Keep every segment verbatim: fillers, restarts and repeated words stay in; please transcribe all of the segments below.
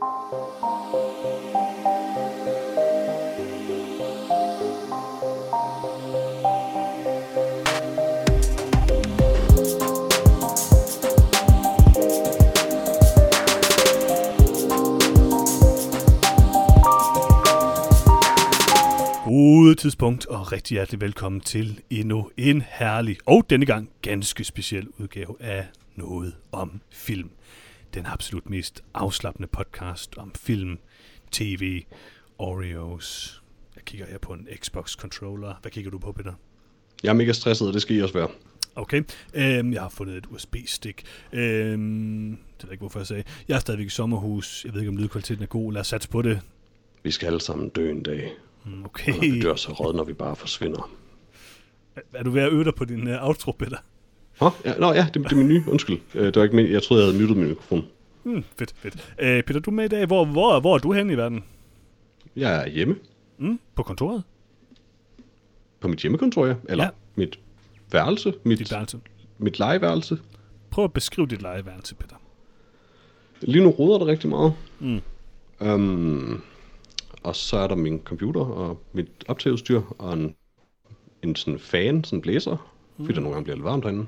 Gode tidspunkt, og rigtig hjertelig velkommen til endnu en herlig og denne gang ganske speciel udgave af Noget om Film. Den absolut mest afslappende podcast om film, tv, Oreos. Jeg kigger her på en Xbox controller. Hvad kigger du på, Peter? Jeg er mega stresset, og det skal I også være. Okay, øhm, jeg har fundet et U S B-stik. Øhm, det ved ikke, hvorfor jeg sagde. Jeg er stadigvæk i sommerhus. Jeg ved ikke, om lydkvaliteten er god. Lad os satse på det. Vi skal alle sammen dø en dag. Okay. Og når vi dør så råd, når vi bare forsvinder. Er, er du ved at øve dig på din uh, outro, Peter? Hå? Ja, nå ja, det, det er min nye. Undskyld. Uh, det var ikke min. Jeg troede, jeg havde muted min mikrofon. Hmm, fedt, fedt. Uh, Peter, du er med i dag. Hvor, hvor, hvor er du henne i verden? Jeg er hjemme. Mm, på kontoret? På mit hjemmekontor, ja. Eller ja. mit værelse. Mit, Dit værelse. Mit legeværelse. Prøv at beskrive dit legeværelse, Peter. Lige nu roder det rigtig meget. Mm. Um, og så er der min computer og mit optageudstyr og en, en sådan fan, sådan blæser, mm. fordi der nogle gange bliver lidt varmt herinde.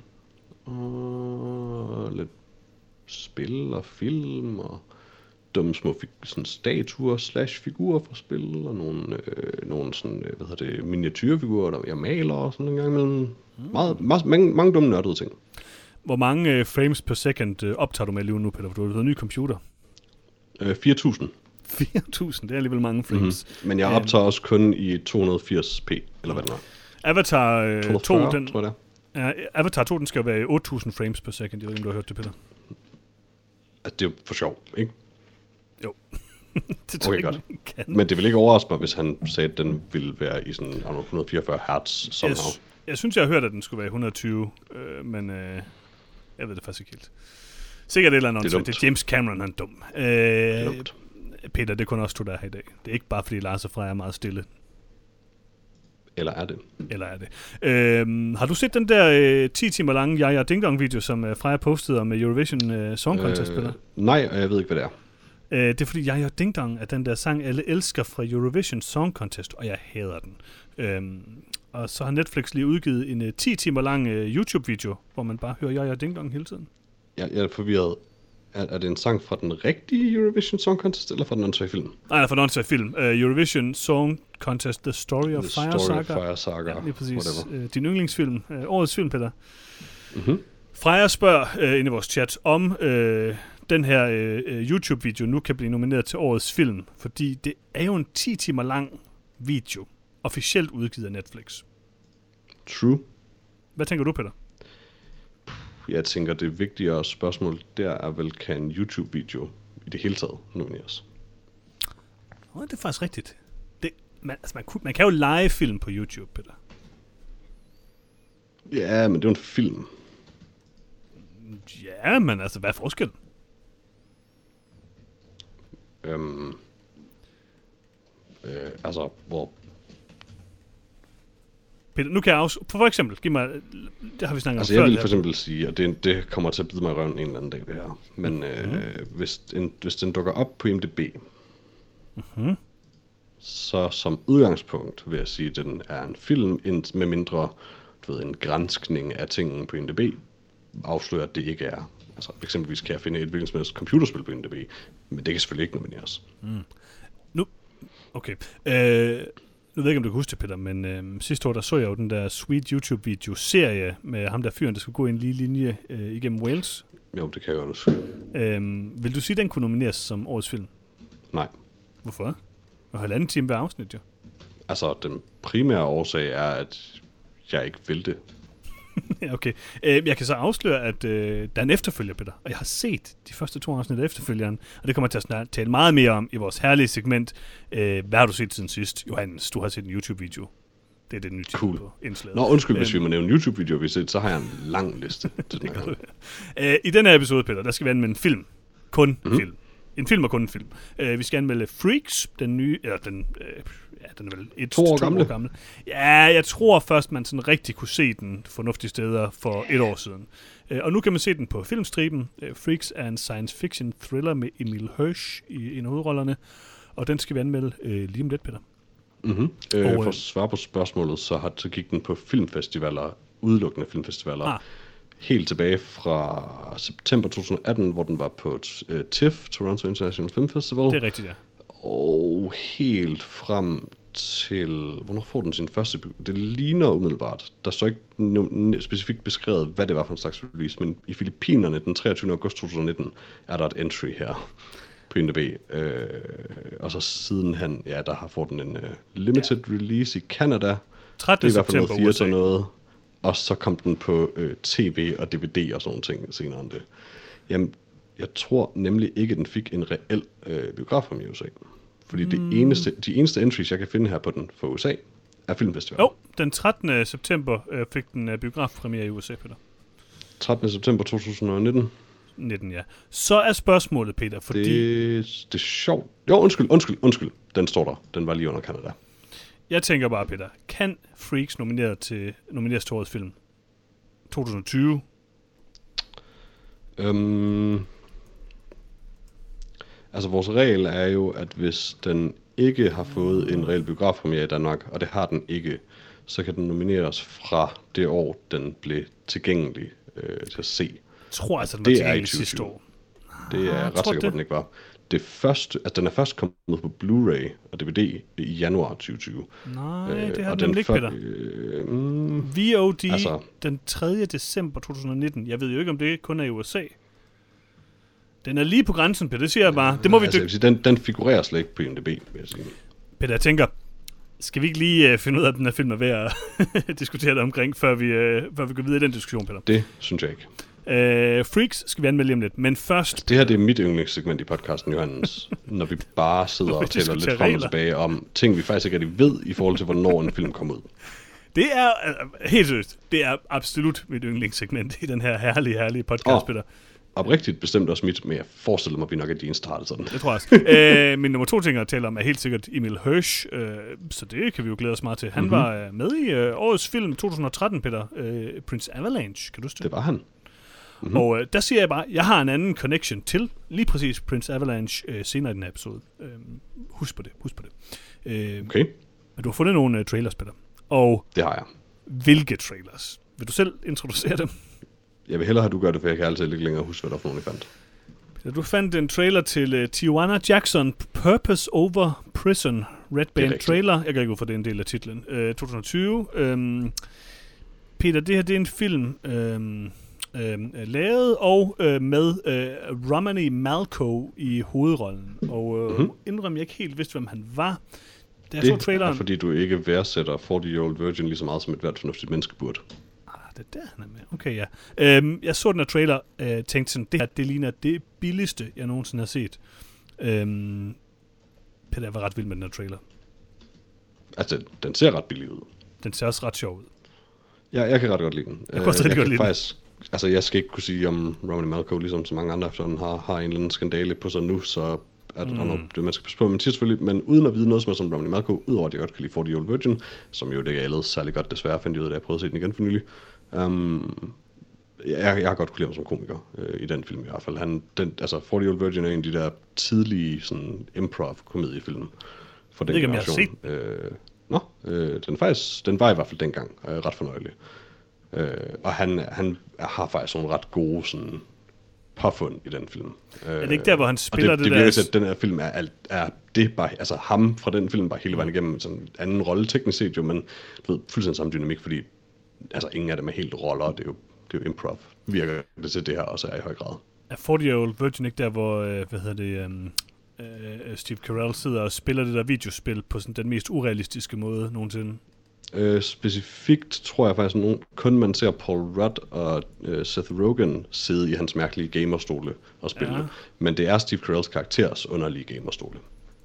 Og lidt spil og film og dumme små fig- sådan statuer slash figurer fra spil og nogle, øh, nogle sådan, hvad hedder det, miniatyrfigurer, der jeg maler og sådan en gang imellem. Mm. Meget, meget, mange, mange dumme nørdede ting. Hvor mange øh, frames per second øh, optager du med lige nu, Peter? For du har fået en ny computer. Øh, fire tusind. fire tusind, det er alligevel mange frames. Mm-hmm. Men jeg optager um, også kun i to hundrede og firs p, eller hvad den er. Avatar øh, to, den, tror jeg det er. Ja, Avatar to, den skal jo være i otte tusind frames per second. Jeg ved ikke, om du har hørt det, Peter. Altså, det er jo for sjov, ikke? Jo. Det tror okay, jeg ikke, man kan. Men det vil ikke overraske mig, hvis han sagde, at den ville være i sådan et hundrede og fireogfyrre hertz somehow. Jeg, jeg synes, jeg har hørt, at den skulle være i et hundrede og tyve, øh, men øh, jeg ved det faktisk ikke helt. Sikkert et eller andet. Det er, det er James Cameron, han er dum. Øh, det er dumt. Peter, det er kun også to, der er her i dag. Det er ikke bare, fordi Lars og Freja er meget stille. Eller er det? Eller er det. Øhm, har du set den der øh, ti timer lange Jaja Ding Dong video, som øh, Freja postede om Eurovision øh, Song Contest, Peter? Øh, nej, og jeg ved ikke, hvad det er. Øh, det er fordi Jaja Ding Dong er den der sang, alle elsker fra Eurovision Song Contest, og jeg hader den. Øhm, og så har Netflix lige udgivet en øh, ti timer lang øh, YouTube-video, hvor man bare hører Jaja Ding Dong hele tiden. Jeg, jeg er forvirret. Er, er det en sang fra den rigtige Eurovision Song Contest, eller fra den åndssvage film? Nej, fra den åndssvage film. Uh, Eurovision Song Contest, The Story of The Fire Story Saga. of Fire Saga. Ja, lige præcis. Uh, din yndlingsfilm. Uh, årets film, Peter. Mm-hmm. Freja spørger uh, inde i vores chat, om uh, den her uh, YouTube-video nu kan blive nomineret til årets film, fordi det er jo en ti timer lang video, officielt udgivet af Netflix. True. Hvad tænker du, Peter? Jeg tænker, det vigtigere spørgsmål der er vel, kan en YouTube-video i det hele taget nomineres? Oh, det er faktisk rigtigt. Det, man, altså man, man kan jo lege film på YouTube, Peter. Ja, men det er jo en film. Ja, men altså, hvad er forskellen? Øhm, øh, altså, hvor... Peter, nu kan jeg også... For eksempel, giv mig... Det har vi snakket altså, om før. Jeg vil for eksempel sige, og det, det kommer til at bide mig i røven en eller anden dag, det her. Men mm-hmm. øh, hvis, en, hvis den dukker op på I M D B, mm-hmm. så som udgangspunkt vil jeg sige, at den er en film, med mindre, du ved, en granskning af tingene på I M D B, afslører, at det ikke er. Altså, eksempelvis kan jeg finde et hvilket som helst computerspil på I M D B, men det kan selvfølgelig ikke nomineres. Mm. Nu... Okay. Øh... Nu ved jeg ikke, om du kan huske det, Peter, men øh, sidste år, der så jeg jo den der Sweet YouTube-video-serie med ham der fyren, der skulle gå en lige linje øh, igennem Wales. Jo, det kan jeg godt huske. Øhm, vil du sige, den kunne nomineres som årets film? Nej. Hvorfor? Og halvanden time hver afsnit, jo. Altså, den primære årsag er, at jeg ikke vil det. Okay. Øh, jeg kan så afsløre, at øh, der er en efterfølger, Peter. Og jeg har set de første to afsnit af efterfølgeren. Og det kommer jeg til at snart tale meget mere om i vores herlige segment. Øh, hvad har du set siden sidst? Johannes, du har set en YouTube-video. Det er det nye cool. på indslaget. Nå, undskyld, hvis vi må nævne en YouTube-video, vi set, så har jeg en lang liste. Til den her. øh, I denne episode, Peter, der skal vi anmelde en film. Kun mm-hmm. film. en film er kun en film. Uh, vi skal anmelde Freaks, den nye, eller den, uh, ja, den er vel et, to år, to gamle. år gammel. Ja, jeg tror først, man sådan rigtig kunne se den fornuftige steder for et år siden. Uh, og nu kan man se den på filmstriben. Uh, Freaks er en science fiction thriller med Emil Hirsch i en af hovedrollerne, og den skal vi anmelde uh, lige om lidt, Peter. Mm-hmm. Øh, for at svare på spørgsmålet, så, har, så gik den på filmfestivaler, udelukkende filmfestivaler, ah. helt tilbage fra september to tusind atten, hvor den var på uh, TIFF, Toronto International Film Festival. Det er rigtigt, ja. Og helt frem til... Hvornår får den sin første... Det ligner umiddelbart. Der står ikke no- specifikt beskrevet, hvad det var for en slags release, men i Filippinerne den treogtyvende august to tusind nitten er der et entry her på I M D B. Øh, og så sidenhen, ja, der har fået den en uh, limited ja. release i Canada. trettende september Det er i hvert fald noget noget. Og så kom den på øh, tv og D V D og sådan ting senere end det. Jamen, jeg tror nemlig ikke, at den fik en reel øh, biografpremiere i U S A. Fordi mm. det eneste, de eneste entries, jeg kan finde her på den for U S A, er Filmfestivalen. Jo, den trettende september øh, fik den øh, biografpremiere i U S A, Peter. trettende september to tusind nitten. nitten, ja. Så er spørgsmålet, Peter, fordi... Det, det er sjovt. Jo, undskyld, undskyld, undskyld. Den står der. Den var lige under Canada. Jeg tænker bare, Peter, kan Freaks nominere til, nomineres til årets film? to tusind tyve? Øhm, altså, vores regel er jo, at hvis den ikke har fået en reel biografpremiere i Danmark, og det har den ikke, så kan den nomineres fra det år, den blev tilgængelig øh, til at se. Jeg tror altså, den var tilgængelig sidste år. Det er jeg ret sikker på, at den ikke var. Det første, altså den er først kommet på Blu-ray og D V D i januar tyve tyve. Nej, øh, det har den ikke, Peter. Øh, mm, V O D altså, den tredje december to tusind nitten. Jeg ved jo ikke, om det kun er i U S A. Den er lige på grænsen, Peter. Det siger jeg bare. Det må vi altså, dyk- sige, den, den figurerer slet ikke på I M D B, vil jeg sige. Peter, jeg tænker, skal vi ikke lige uh, finde ud af, at den her film er værd at diskutere det omkring, før vi, uh, før vi går videre i den diskussion, Peter? Det synes jeg ikke. Uh, Freaks skal vi anmelde lige om lidt, men først... Altså, det her det er mit yndlingssegment i podcasten, Johannes, når vi bare sidder og taler lidt frem og tilbage om ting, vi faktisk ikke rigtig ved i forhold til, hvornår en film kommer ud. Det er, uh, helt seriøst, det er absolut mit yndlingssegment i den her herlige, herlige podcast, oh, Peter. Oprigtigt bestemt også mit, men jeg forestiller mig, at vi nok er din start sådan. Det tror jeg også. uh, min nummer to ting at tale om er helt sikkert Emil Hirsch, uh, så det kan vi jo glæde os meget til. Han mm-hmm. var uh, med i uh, årets film to tusind tretten, Peter, uh, Prince Avalanche, kan du huske det? Det var han. Mm-hmm. Og øh, der siger jeg bare, jeg har en anden connection til lige præcis Prince Avalanche øh, senere i den her episode. Øh, husk på det, husk på det. Øh, okay. Men du har fundet nogle uh, trailers, Peter. Og det har jeg. Hvilke trailers? Vil du selv introducere dem? Jeg vil hellere have, du gør det, for jeg kan altid ikke længere huske, hvad der for nogle, jeg fandt. Peter, du fandt en trailer til uh, Tijuana Jackson, Purpose Over Prison, Red Band trailer. Jeg kan ikke ud for det en del af titlen. Uh, to tusind tyve. Um, Peter, det her det er en film... Um, Øh, lavet og øh, med øh, Romany Malco i hovedrollen. Og øh, mm-hmm. indrømmer jeg ikke helt vidste, hvem han var. Da jeg det så traileren, er, fordi du ikke værdsætter fyrre-year-old virgin lige så meget, som et hvert fornuftigt menneske burde. Ah, det er der, han er med. Okay, ja. Øhm, jeg så den her trailer, øh, tænkte sådan, det her, det ligner det billigste, jeg nogensinde har set. Øhm, Peter, jeg var ret vild med den her trailer. Altså, den, den ser ret billig ud. Den ser også ret sjov ud. Ja, jeg kan ret godt lide den. Jeg kan også rigtig godt lide faktisk, altså, jeg skal ikke kunne sige, om Romany Malco, ligesom så mange andre efterhånden, har, har en eller anden skandale på sig nu, så er der mm. noget, det man skal passe på. Men selvfølgelig, men uden at vide noget som er som Romany Malco, udover at jeg godt kan lide fyrre-year-old virgin, som jo det er ellers særlig godt, desværre fandt jeg ud af, da jeg prøvede at se den igen for nylig. Um, jeg, jeg har godt kunne lide ham som komiker, øh, i den film i hvert fald. Han, den, altså, fyrre-year-old virgin er en af de der tidlige sådan, improv-komediefilm for den generation. Øh, Nå, øh, den, faktisk, den var i hvert fald dengang øh, ret fornøjelig. Øh, og han, han har faktisk nogle ret gode sådan, påfund i den film. Øh, er det ikke der, hvor han spiller det, det, det der? Det virker, at den her film er, er, er det bare, altså ham fra den film bare hele vejen igennem sådan en anden rolle teknisk set jo, men du ved, fuldstændig samme dynamik, fordi altså ingen af dem er helt roller, det er jo, det er jo improv. Virker det til det her også er i høj grad. Er fyrre-year-old virgin ikke der, hvor, øh, hvad hedder det... Um Uh, Steve Carell sidder og spiller det der videospil på sådan den mest urealistiske måde nogensinde? Uh, specifikt tror jeg faktisk, nogen, kun man ser Paul Rudd og uh, Seth Rogen sidde i hans mærkelige gamerstole og spille. Ja. Men det er Steve Carells karakters underlige gamerstole.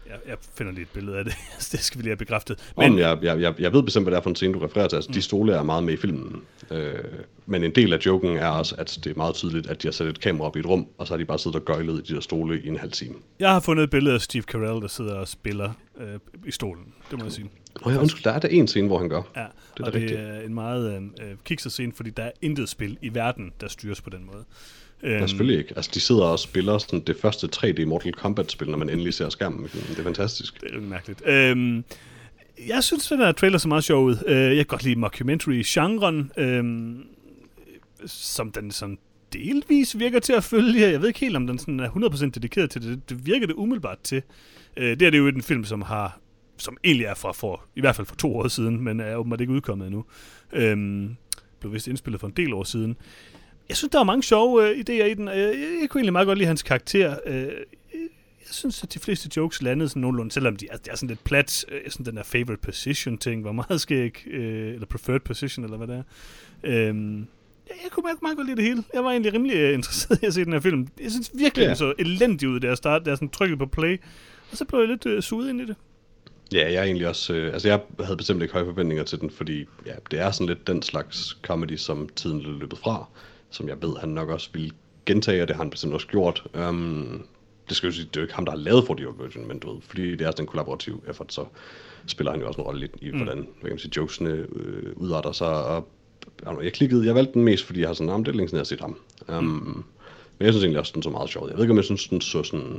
Jeg, jeg finder lige et billede af det. Det skal vi lige have bekræftet. Men Om jeg, jeg, jeg ved bestemt, hvad det er for en scene, du refererer til. Altså, mm. de stole er meget med i filmen. Øh, men en del af joken er også, at det er meget tydeligt, at de har sat et kamera op i et rum, og så har de bare siddet og gøjlet i de der stole i en halv time. Jeg har fundet et billede af Steve Carell, der sidder og spiller øh, i stolen. Det må jeg sige. Nå ja, undskyld, der er der en scene, hvor han gør. Ja, det er og det det er en meget øh, kikset scene, fordi der er intet spil i verden, der styres på den måde. Ja, selvfølgelig ikke. Altså, de sidder og spiller sådan det første tre D Mortal Kombat-spil, når man endelig ser skærmen. Det er fantastisk. Det er mærkeligt. Øhm, jeg synes, den her trailer så meget sjov ud. Jeg kan godt lide mockumentary-genren, øhm, som den sådan delvis virker til at følge. Jeg ved ikke helt, om den sådan er hundrede procent dedikeret til det. Det virker det umiddelbart til. Det er det jo en film, som har som egentlig er fra for, i hvert fald for to år siden, men er åbenbart ikke udkommet endnu. Øhm, blev vist indspillet for en del år siden. Jeg synes, der er mange sjove øh, idéer i den. Jeg, jeg, jeg kunne egentlig meget godt lide hans karakter. Øh, jeg synes, at de fleste jokes landede sådan nogenlunde, selvom de er, de er sådan lidt plat. Øh, sådan den der favorite position-ting var meget skæg. Øh, eller preferred position, eller hvad det er. Øh, jeg, jeg kunne meget, meget godt lide det hele. Jeg var egentlig rimelig øh, interesseret i at se den her film. Jeg synes virkelig, yeah. den så elendig ud, da jeg startede. Da jeg sådan trykkede på play. Og så blev jeg lidt øh, suget ind i det. Ja, jeg er egentlig også... Øh, altså, jeg havde bestemt ikke høje forventninger til den, fordi ja, det er sådan lidt den slags comedy, som tiden blev løbet fra, som jeg ved, han nok også ville gentage, og det har han bestemt også gjort. Um, det skal jo sige, det er jo ikke ham, der har lavet For the Virgin, men du ved, fordi det er sådan en kollaborativ effort, så spiller han jo også en rolle lidt i, mm. hvordan hvad kan man sige, jokesene øh, udarter sig. Og, altså, jeg klikkede, jeg valgte den mest, fordi jeg har sådan, nah, det er længe siden, jeg har set ham. Um, mm. Men jeg synes egentlig også, den så meget sjov. Jeg ved ikke, om jeg synes, den så sådan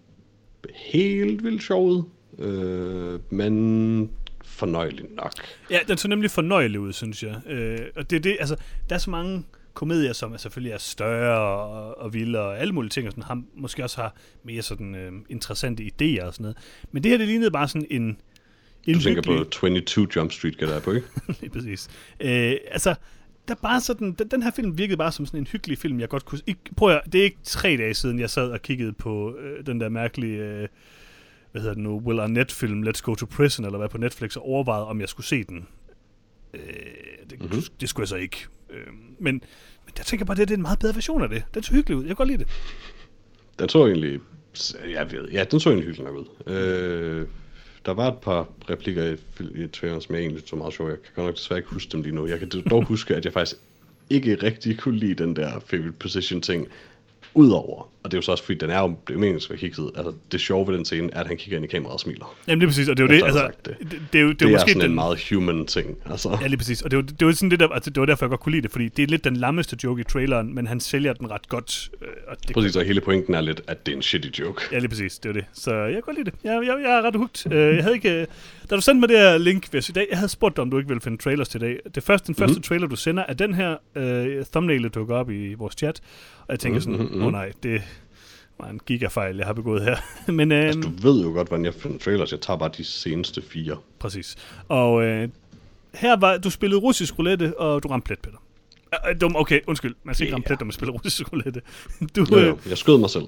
helt vildt sjov ud. Øh, men fornøjelig nok. Ja, den så nemlig fornøjelig ud, synes jeg. Øh, og det er det, altså, der er så mange komedier, som er selvfølgelig er større og, og vilde og alle mulige ting, og sådan, har, måske også har mere sådan øh, interessante idéer og sådan noget. Men det her, det lignede bare sådan en, en Du tænker hyggelig... på toogtyve Jump Street, kan der på, ikke? Lige præcis. Øh, altså, der bare sådan, den, den her film virkede bare som sådan en hyggelig film, jeg godt kunne... Ikke, prøv at, det er ikke tre dage siden, jeg sad og kiggede på øh, den der mærkelige... Øh, hvad hedder det nu, Will Arnett-film, Let's Go to Prison, eller hvad på Netflix, og overvejede, om jeg skulle se den. Øh, det, mm-hmm. det skulle jeg så ikke. Øh, men, men jeg tænker bare, det er en meget bedre version af det. Den så hyggelig ud. Jeg kan godt lide det. Den så egentlig... Jeg ved, ja, den så egentlig hyggelig nok ud. Øh, der var et par replikker i, i traileren, som jeg egentlig så meget sjov. Jeg kan godt nok desværre ikke huske dem lige nu. Jeg kan dog huske, at jeg faktisk ikke rigtig kunne lide den der favorite position ting. Udover, og det er jo så også fordi, den er jo, det er jo meningen, at kigge, altså det sjove ved den scene, er, at han kigger ind i kameraet og smiler. Jamen lige præcis, og det er jo det, altså, det. Det, det, er jo, det, det er, er måske sådan den, en meget human ting, altså. Ja, lige præcis, og det er jo, det er jo sådan det der, altså, det var derfor, jeg godt kunne lide det, fordi det er lidt den lammeste joke i traileren, men han sælger den ret godt. Øh, og det præcis, og hele pointen er lidt, at det er en shitty joke. Ja, lige præcis, det er det. Så jeg kan godt lide det. Jeg, jeg, jeg er ret hooked. Uh, jeg havde ikke, da du sendte mig det her link, hvis i dag, jeg havde spurgt dig, om du ikke ville finde trailers til i dag. Det første, den første mm-hmm. trailer, du sender, er den her uh, thumbnail, der dukker op i vores chat, og jeg tænker sådan, åh mm-hmm. oh, nej, det var en gigafejl, jeg har begået her. Men, øh, altså, du ved jo godt, hvordan jeg finder trailers. Jeg tager bare de seneste fire. Præcis. Og øh, her var, du spillede russisk roulette, og du ramte plet, Peter. Øh, okay, undskyld. Man skal ikke yeah. ramme plet, når man spiller russisk roulette. Du, jo, jo. Jeg skød mig selv.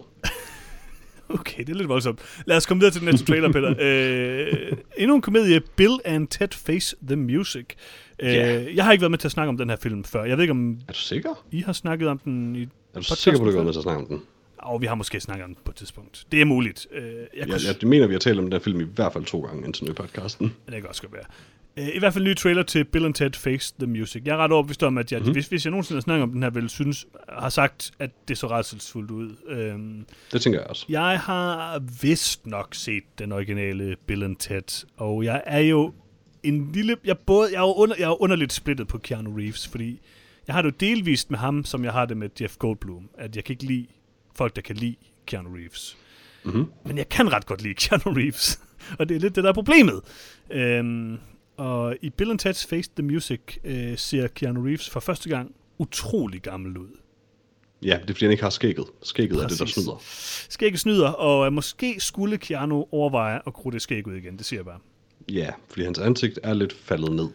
Okay, det er lidt voldsomt. Lad os komme videre til den næste trailer, Peter. øh, endnu en komedie, Bill and Ted Face the Music. Øh, yeah. Jeg har ikke været med til at snakke om den her film før. Jeg ved ikke, om er du sikker? I har snakket om den i Er du sikker på, at du ikke har været med til at snakke om den? Og vi har måske snakket om den på et tidspunkt. Det er muligt. Jeg, jeg, kunne... jeg, jeg mener, vi har talt om den her film i hvert fald to gange indtil nu i podcasten. Det kan også godt være. I hvert fald en ny trailer til Bill and Ted Face the Music. Jeg er ret overbevist om, at jeg, mm-hmm. hvis, hvis jeg nogensinde har snakket om den her, vil synes, har sagt, at det så rædselsfuldt ud. Øhm, det tænker jeg også. Jeg har vist nok set den originale Bill and Ted, og jeg er jo en lille... Jeg, både, jeg, er, under, jeg er underligt splittet på Keanu Reeves, fordi jeg har det jo delvist med ham, som jeg har det med Jeff Goldblum, at jeg kan ikke lide folk, der kan lide Keanu Reeves. Mm-hmm. Men jeg kan ret godt lide Keanu Reeves, og det er lidt det, der er problemet. Øhm, og i Bill and Ted's Face the Music øh, ser Keanu Reeves for første gang utrolig gammel ud. Ja, det er fordi han ikke har skægget. Skægget Præcis. Er det, der snyder. Skægget snyder, og øh, måske skulle Keanu overveje at krudte skæg ud igen, det siger jeg bare. Ja, fordi hans ansigt er lidt faldet ned.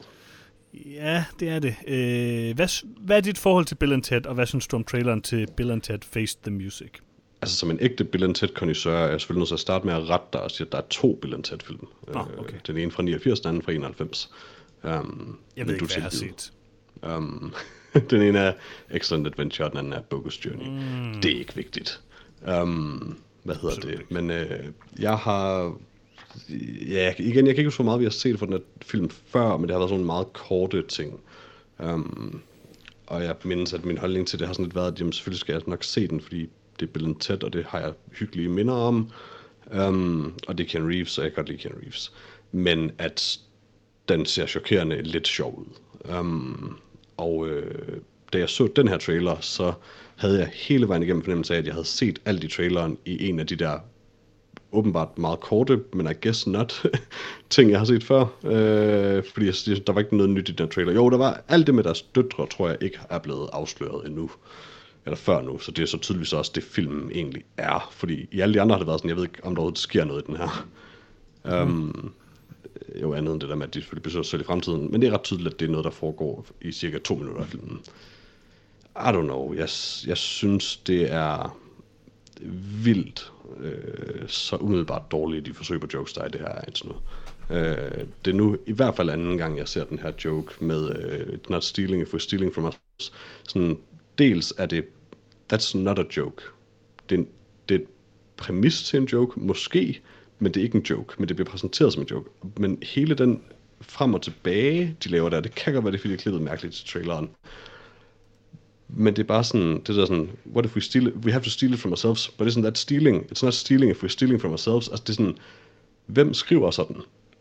Ja, det er det. Øh, hvad, hvad er dit forhold til Bill and Ted, og hvad synes du om traileren til Bill and Ted Face the Music? Altså, som en ægte Bill and Ted-kondisseur er jeg selvfølgelig nødt til at starte med at rette dig og sige, at der er to Bill and Ted-film. Oh, okay. Den ene fra niogfirs, den anden fra enoghalvfems. Um, jeg ved ikke, hvad jeg har set. Um, den ene er Excellent Adventure, den anden er Bogus Journey. Mm. Det er ikke vigtigt. Um, hvad hedder Absolut det? Men øh, jeg har ja, igen, jeg kan ikke huske, hvor meget vi har set for den her film før, men det har været sådan meget korte ting. Um, og jeg mindes, at min holdning til det har sådan lidt været, at jamen, selvfølgelig skal jeg nok se den, fordi det er Bill and Ted, og det har jeg hyggelige minder om. Um, og det er Ken Reeves, så jeg kan godt lide Ken Reeves. Men at den ser chokerende lidt sjov ud. Um, og øh, da jeg så den her trailer, så havde jeg hele vejen igennem fornemmelse af, at jeg havde set alt i traileren i en af de der åbenbart meget korte, men I guess not, ting jeg har set før. Øh, fordi jeg synes, der var ikke noget nyt i den trailer. Jo, der var alt det med deres døtre, tror jeg ikke er blevet afsløret endnu. Eller før nu, så det er så tydeligvis også det, filmen egentlig er. Fordi i alle de andre har det været sådan, jeg ved ikke, om der overhovedet sker noget i den her. Mm. Um, jo andet end det der med, at de selvfølgelig besøger sig selv i fremtiden. Men det er ret tydeligt, at det er noget, der foregår i cirka to minutter af filmen. I don't know. Jeg, jeg synes, det er vildt øh, så umiddelbart dårligt, de forsøg på jokes, der er i det her. Sådan noget. Øh, det er nu i hvert fald anden gang, jeg ser den her joke med uh, not stealing if we're stealing from us. Sådan, dels er det that's not a joke. Det er, det er et præmis til en joke, måske, men det er ikke en joke, men det bliver præsenteret som en joke. Men hele den frem og tilbage, de laver der, det kan godt være, det er fordi, det er klippet mærkeligt til traileren. Men det er bare sådan, det er sådan, what if we steal it? We have to steal it from ourselves, but isn't that stealing? It's not stealing if we're stealing from ourselves. Altså det er sådan, hvem skriver sådan?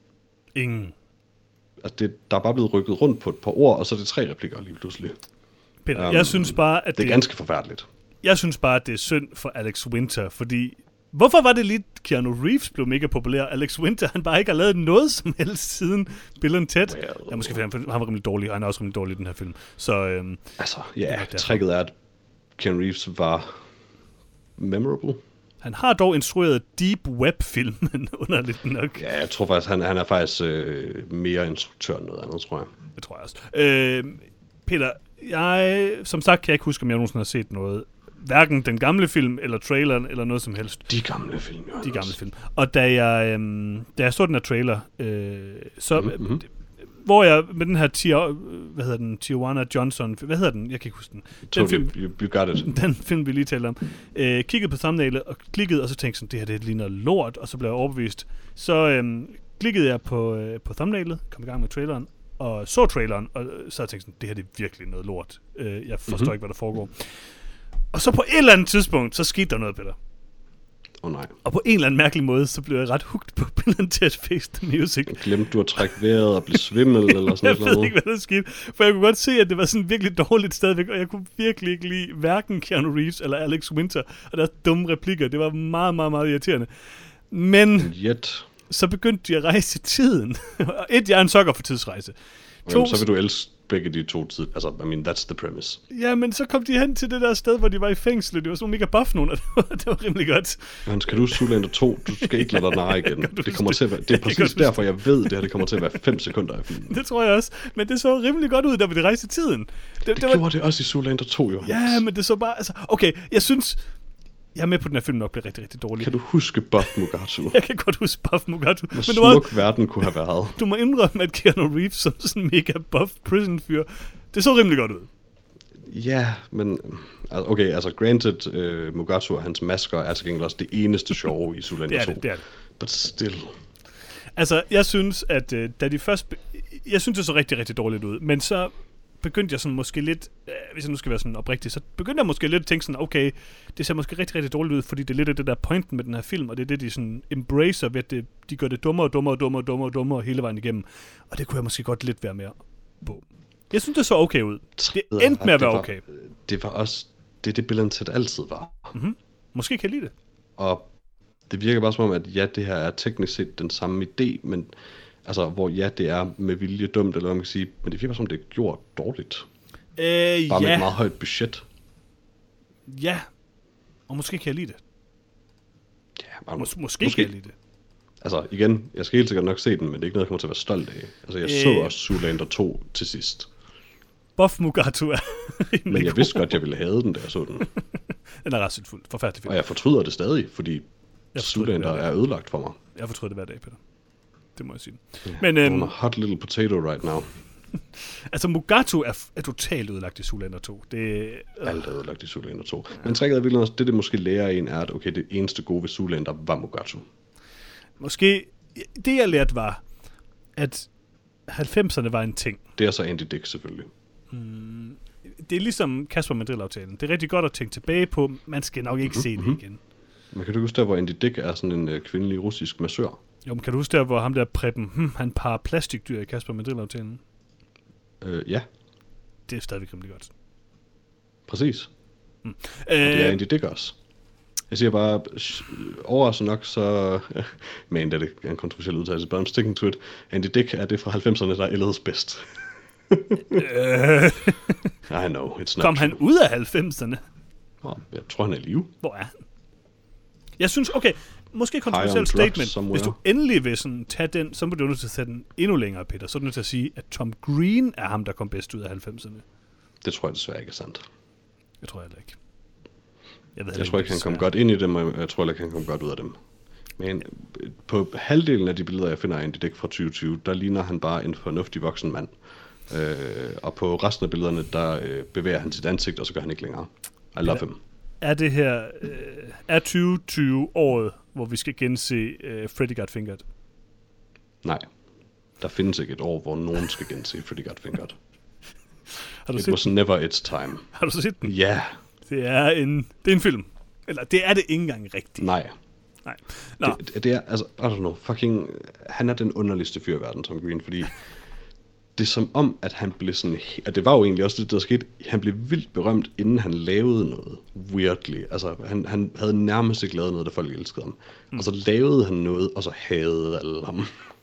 Ingen. Altså det, der er bare blevet rykket rundt på et par ord, og så er det tre replikker lige pludselig. Peter, um, jeg synes bare, at det er det, ganske forfærdeligt. Jeg synes bare, at det er synd for Alex Winter, fordi hvorfor var det lige, Keanu Reeves blev mega populær? Alex Winter, han bare ikke har lavet noget som helst siden Bill and Ted. Well, ja, måske fordi han, han var rimelig dårlig, og han er også rimelig dårlig i den her film. Så, øhm, altså, ja, tricket er, at Keanu Reeves var memorable. Han har dog instrueret Deep Web-filmen, underligt nok. Ja, jeg tror faktisk, han, han er faktisk øh, mere instruktør end noget andet, tror jeg. Det tror jeg også. Øh, Peter, jeg, som sagt kan jeg ikke huske, om jeg nogensinde har set noget. Hverken den gamle film, eller traileren, eller noget som helst. De gamle film, jo. De gamle film. Og da jeg, øhm, da jeg så den her trailer, øh, så, mm-hmm. hvor jeg med den her, Tia, hvad hedder den, Tijuana Johnson, hvad hedder den? Jeg kan ikke huske den. Den totally. film, you, you got it. Den film, vi lige talte om. Øh, kiggede på thumbnailet, og klikkede, og så tænkte sådan, det her, det ligner lort, og så blev jeg overbevist. Så øhm, klikkede jeg på, øh, på thumbnailet, kom i gang med traileren, og så traileren, og så tænkte jeg sådan, det her, det er virkelig noget lort. Øh, jeg forstår mm-hmm. ikke, hvad der foregår. Og så på et eller andet tidspunkt, så skete der noget, Peter. Åh oh, nej. Og på en eller anden mærkelig måde, så blev jeg ret hooked på Bill and Ted Face the Music. Glemte du at trække vejret og blive svimmel eller sådan noget? Jeg ved ikke, hvad der skete. For jeg kunne godt se, at det var sådan virkelig dårligt stadigvæk, og jeg kunne virkelig ikke lide hverken Keanu Reeves eller Alex Winter og deres dumme replikker. Det var meget, meget, meget irriterende. Men Yet. så begyndte de at rejse i tiden. Og et, jeg er en sokker for tidsrejse. To, Jamen, så vil du elske begge de to tid. Altså, I mean, that's the premise. Ja, men så kom de hen til det der sted, hvor de var i fængsel. Det var sådan mega buff nogen, og det var, det var rimelig godt. Men skal du Zoolander to? Du skal ikke lade dig narre igen. Det kommer til at være, det er præcis derfor, jeg ved, det her det kommer til at være fem sekunder af filmen. Det tror jeg også. Men det så rimelig godt ud, da vi rejste i tiden. Det, det, det var... gjorde det også i Zoolander to, jo. Ja, men det så bare... Altså, okay, jeg synes... Jeg er med på, den her film nok bliver rigtig, rigtig dårlig. Kan du huske Buff Mugatu? Jeg kan godt huske Buff Mugatu. Hvor smuk verden kunne have været. Du må indrømme, at Keanu Reeves som sådan en mega buff prison-fyr, det så rimelig godt ud. Ja, men... Okay, altså granted, uh, Mugatu og hans masker er til gengæld også det eneste sjove i Zoolander to. Det er det, det er det. But still... Altså, jeg synes, at uh, da de først... Be- jeg synes, det så rigtig, rigtig dårligt ud. Men så begyndte jeg sådan måske lidt, øh, hvis jeg nu skal være sådan oprigtig, så begyndte jeg måske lidt at tænke sådan, okay, det ser måske rigtig, rigtig dårligt ud, fordi det er lidt af det der pointen med den her film, og det er det, de sådan embracer ved, at det, de gør det dummere og dummere og dummere og dummere og dummere hele vejen igennem. Og det kunne jeg måske godt lidt være mere på. Jeg synes, det så okay ud. Det endte med at være okay. Det var, det var også det, det Bill and Ted altid var. Mm-hmm. Måske kan jeg lide det. Og det virker bare som om, at ja, det her er teknisk set den samme idé, men altså, hvor ja, det er med vilje dumt, eller hvad man kan sige, men det virker som, det er gjort dårligt. Øh, bare med ja. et meget højt budget. Ja, og måske kan jeg lide det. Ja, Mås- måske, måske kan jeg lide det. Altså, igen, jeg skal helt sikkert nok se den, men det er ikke noget, jeg kommer til at være stolt af. Altså, jeg øh... så også Zoolander to til sidst. Buff Mugatu er men jeg vidste godt, jeg ville have den, da jeg så den. Den er ret sindsfuld. Forfærdelig film. Og jeg fortryder det stadig, fordi Zoolander er ødelagt for mig. Jeg fortryder det hver dag, Peter. Det må jeg sige. Yeah, men øhm, hot little potato right now. Altså, Mugatu er, er totalt ødelagt i Zoolander to. Det, øh. Alt er ødelagt i Zoolander to. Ja. Men tricket er virkelig også, det det måske lærer en er, at okay, det eneste gode ved Zoolander var Mugatu. Måske, det jeg lærte var, at halvfemserne var en ting. Det er så Andy Dick selvfølgelig. Mm, det er ligesom Casper Madrid-aftalen. Det er rigtig godt at tænke tilbage på. Man skal nok ikke mm-hmm. se det igen. Men kan du huske der, hvor Andy Dick er sådan en uh, kvindelig russisk massør? Jo, men kan du huske der, hvor ham der Preben, hmm, han parer plastikdyr i Casper Madrid-aftalen? Øh, ja. Det er stadigvæk rimelig godt. Præcis. Mm. Og det er Andy Dick også. Jeg siger bare, overraskende nok, så men det er en kontroversiel udtalelse, but I'm sticking to it. Andy Dick er det fra halvfemserne, der er ældes bedst. I know, it's not Kom han true. ud af halvfemserne? Oh, jeg tror, han er i live. Hvor er han? Jeg synes, okay, måske kontroversielt statement. Hvis du endelig vil sådan tage den, så må du nødt til at sætte den endnu længere, Peter. Så er du nødt til at sige, at Tom Green er ham, der kom bedst ud af halvfemserne. Det tror jeg desværre ikke er sandt. Jeg tror heller ikke. Jeg, ved jeg tror ikke, han kom godt ind i dem, og jeg tror heller ikke, han kom godt ud af dem. Men på halvdelen af de billeder, jeg finder af Andy Dick fra tyve tyve, der ligner han bare en fornuftig voksen mand. Øh, og på resten af billederne, der øh, bevæger han sit ansigt, og så gør han ikke længere. I love him. Er det her, øh, er tyve tyve året, hvor vi skal gense øh, Freddy Got Fingered? Nej. Der findes ikke et år, hvor nogen skal gense Freddy Got Fingered. Har du It set was den? Never its time. Har du så set den? Ja. Yeah. Det er en, det er en film. Eller det er det ikke engang rigtigt. Nej. Nej. Det, det er, altså, I don't know, fucking, han er den underligste fyr i verden, Tom Green, fordi det er som om, at han blev sådan, at det var jo egentlig også det, der skete, han blev vildt berømt, inden han lavede noget, weirdly. Altså, han, han havde nærmest ikke lavet noget, der folk elskede ham. Mm. Og så lavede han noget, og så hadede alle ham.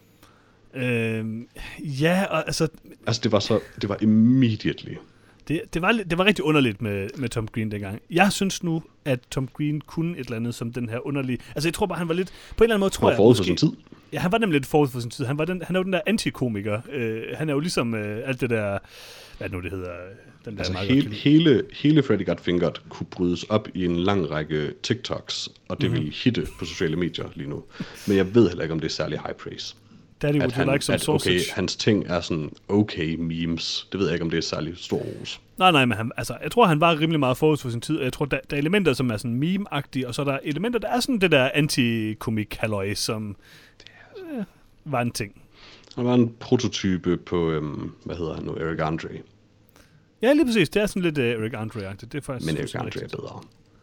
Øhm, ja, og altså... Altså, det var så, det var immediately. Det, det, var, det var rigtig underligt med, med Tom Green dengang. Jeg synes nu, at Tom Green kunne et eller andet som den her underlige... Altså, jeg tror bare, han var lidt... På en eller anden måde, tror jeg... Han var forud for sin tid. Ja, han var nemlig lidt forud for sin tid. Han, var den, han er jo den der antikomiker. Øh, han er jo ligesom øh, alt det der... Hvad nu det hedder? Den der altså, hele, hele, hele Freddy Got Fingered kunne brydes op i en lang række TikToks, og det mm-hmm. ville hitte på sociale medier lige nu. Men jeg ved heller ikke, om det er særlig high praise. Daddy, would han, you like some at, sausage? Okay, hans ting er sådan okay memes. Det ved jeg ikke, om det er særlig stor ros. Nej, nej, men han, altså, jeg tror, han var rimelig meget forud for sin tid, og jeg tror, der, der er elementer, som er sådan meme-agtige, og så er der elementer, der er sådan det der anti-komik-halløj, som øh, var en ting. Han var en prototype på, øhm, hvad hedder han nu, Eric Andre. Ja, lige præcis. Det er sådan lidt uh, Eric Andre-agtigt. Det er faktisk men Eric Andre er bedre.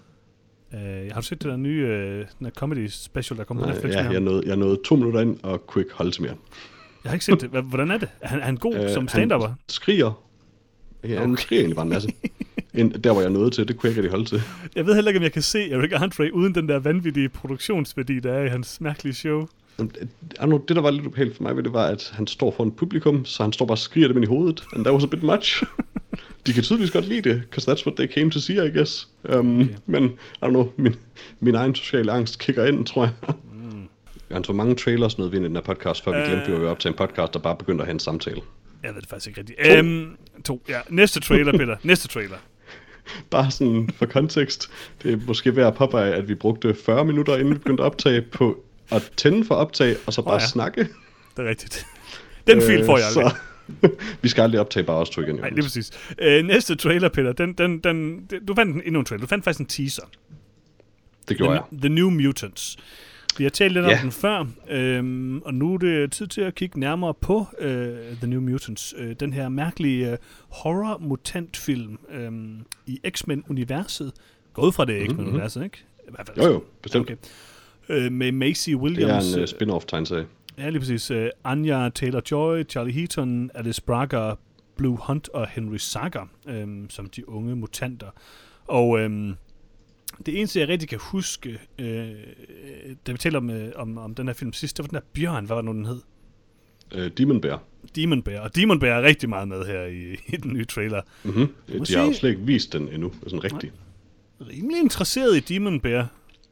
Uh, jeg har du set det der nye uh, den der comedy special, der kommer på Netflix? Ja, jeg nåede, jeg nåede to minutter ind, og kunne ikke holde til mere. Jeg har ikke set det. Hvordan er det? Er han, er han god uh, som stand-upper? Han skriger. Ja, han okay. skriger egentlig bare en masse. Der, hvor jeg nåede til, det kunne jeg ikke rigtig holde til. Jeg ved heller ikke, om jeg kan se Eric Andre uden den der vanvittige produktionsværdi, der er i hans mærkelige show. Det, der var lidt ubehageligt for mig ved det, var, at han står foran publikum, så han står bare og skriger dem ind i hovedet. And that was a bit much. De kan tydeligvis godt lide det, because that's what they came to see, I guess. Um, okay. Men, I don't know, min, min egen sociale angst kigger ind, tror jeg. Mm. Jeg tog mange trailers med ind i den her podcast, før vi uh, glemte, at vi var op til en podcast, der bare begyndte at have en samtale. Jeg ved det faktisk ikke rigtigt. To. Um, to, ja. Næste trailer, Peter. Næste trailer. Bare sådan for kontekst. Det er måske værd at påpege, at vi brugte fyrre minutter, inden vi begyndte at optage på at tænde for optag, og så bare oh, ja. snakke. Det er rigtigt. Den fil får jeg aldrig. Så vi skal aldrig optage bare os to igen. Nej, det er præcis. Øh, næste trailer, Peter, den, den, den, den, du fandt endnu en trailer. Du fandt faktisk en teaser. Det gjorde The, jeg. The New Mutants. Vi har talt lidt ja. om den før, øhm, og nu er det tid til at kigge nærmere på øh, The New Mutants. Øh, den her mærkelige øh, horror-mutant-film øh, i X-Men-universet. Gå ud fra det mm-hmm. X-Men-universet, ikke? I hvert fald. Jo, jo, bestemt. Okay. Øh, med Maisie Williams. Det er en uh, spin-off-tegneserie. Ja, lige præcis. Uh, Anya Taylor-Joy, Charlie Heaton, Alice Braga, Blue Hunt og Henry Zaga, øhm, som de unge mutanter. Og øhm, det eneste, jeg rigtig kan huske, øh, da vi talte om, øh, om, om den her film sidst, det var den der bjørn, hvad var det nu, den hed? Uh, Demon Bear. Demon Bear. Og Demon Bear er rigtig meget med her i, i den nye trailer. Mm-hmm. De sige, har jo slet ikke vist den endnu, sådan rigtigt. Rimelig interesseret i Demon Bear.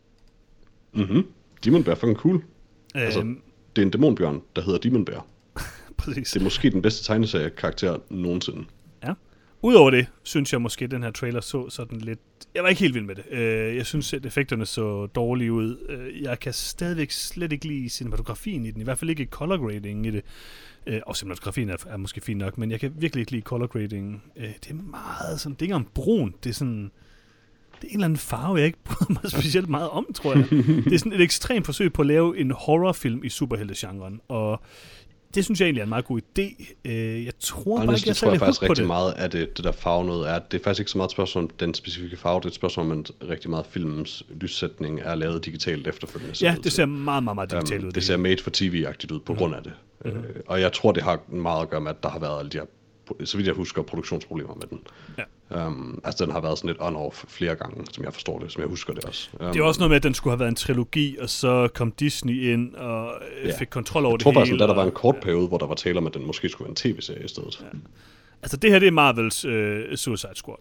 Mhm. Demon Bear er fucking cool. Øhm, altså, det er en dæmonbjørn, der hedder Demon Bear. Præcis. Det er måske den bedste tegneserie-karakter nogensinde. Ja. Udover det, synes jeg måske, at den her trailer så sådan lidt... Jeg var ikke helt vild med det. Jeg synes, at effekterne så dårlige ud. Jeg kan stadigvæk slet ikke lide cinematografien i den. I hvert fald ikke color grading i det. Og cinematografien er, er måske fin nok, men jeg kan virkelig ikke lide color grading. Det er meget sådan... Det er ikke engang brun. Det er sådan... det er en eller anden farve, jeg ikke bryder mig specielt meget om, tror jeg. Det er sådan et ekstremt forsøg på at lave en horrorfilm i superheltegenren, og det synes jeg egentlig er en meget god idé. Jeg tror og bare ikke, jeg tror jeg faktisk rigtig det. meget, at det, det der farve noget er, det er faktisk ikke så meget et spørgsmål om den specifikke farve, det er et spørgsmål om, at rigtig meget filmens lyssætning er lavet digitalt efterfølgende. Ja, det ser meget, meget, meget digitalt um, ud. Det ser made for T V-agtigt ud på mm. grund af det. Mm. Uh, og jeg tror, det har meget at gøre med, at der har været alle de her, så vidt jeg husker, produktionsproblemer med den. Ja. Um, altså, den har været sådan lidt on-off flere gange, som jeg forstår det, som jeg husker det også. Um, det er også noget med, at den skulle have været en trilogi, og så kom Disney ind og ja. fik kontrol over jeg det tror hele. Jeg tror faktisk, at der var en kort periode, hvor der var tale om, at den måske skulle være en tv-serie i stedet. Ja. Altså, det her, det er Marvels uh, Suicide Squad.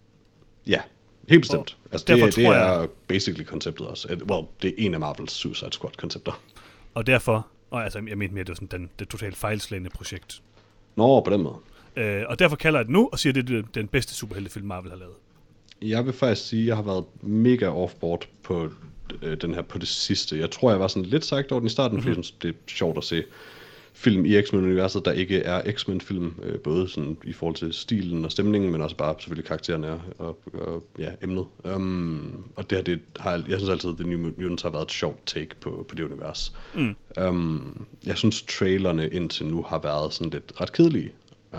Ja, helt bestemt. Og altså, det, det er jeg... basically konceptet også. Well, det er en af Marvels Suicide Squad-koncepter. Og derfor, og altså, jeg mente mere, det var sådan den, det totalt fejlslagende projekt. Nå, på den måde. Øh, og derfor kalder jeg det nu, og siger, at det er den bedste superheltefilm, Marvel har lavet. Jeg vil faktisk sige, at jeg har været mega off-board på øh, den her på det sidste. Jeg tror, jeg var sådan lidt sagt over den i starten, mm-hmm. fordi det er sjovt at se film i X-Men-universet, der ikke er X-Men-film, øh, både sådan i forhold til stilen og stemningen, men også bare selvfølgelig karaktererne og, og, og ja, emnet. Um, og det her, det har, jeg synes altid, at The New Mutants har været et sjovt take på, på det univers. Mm. Um, jeg synes, trailerne indtil nu har været sådan lidt ret kedelige.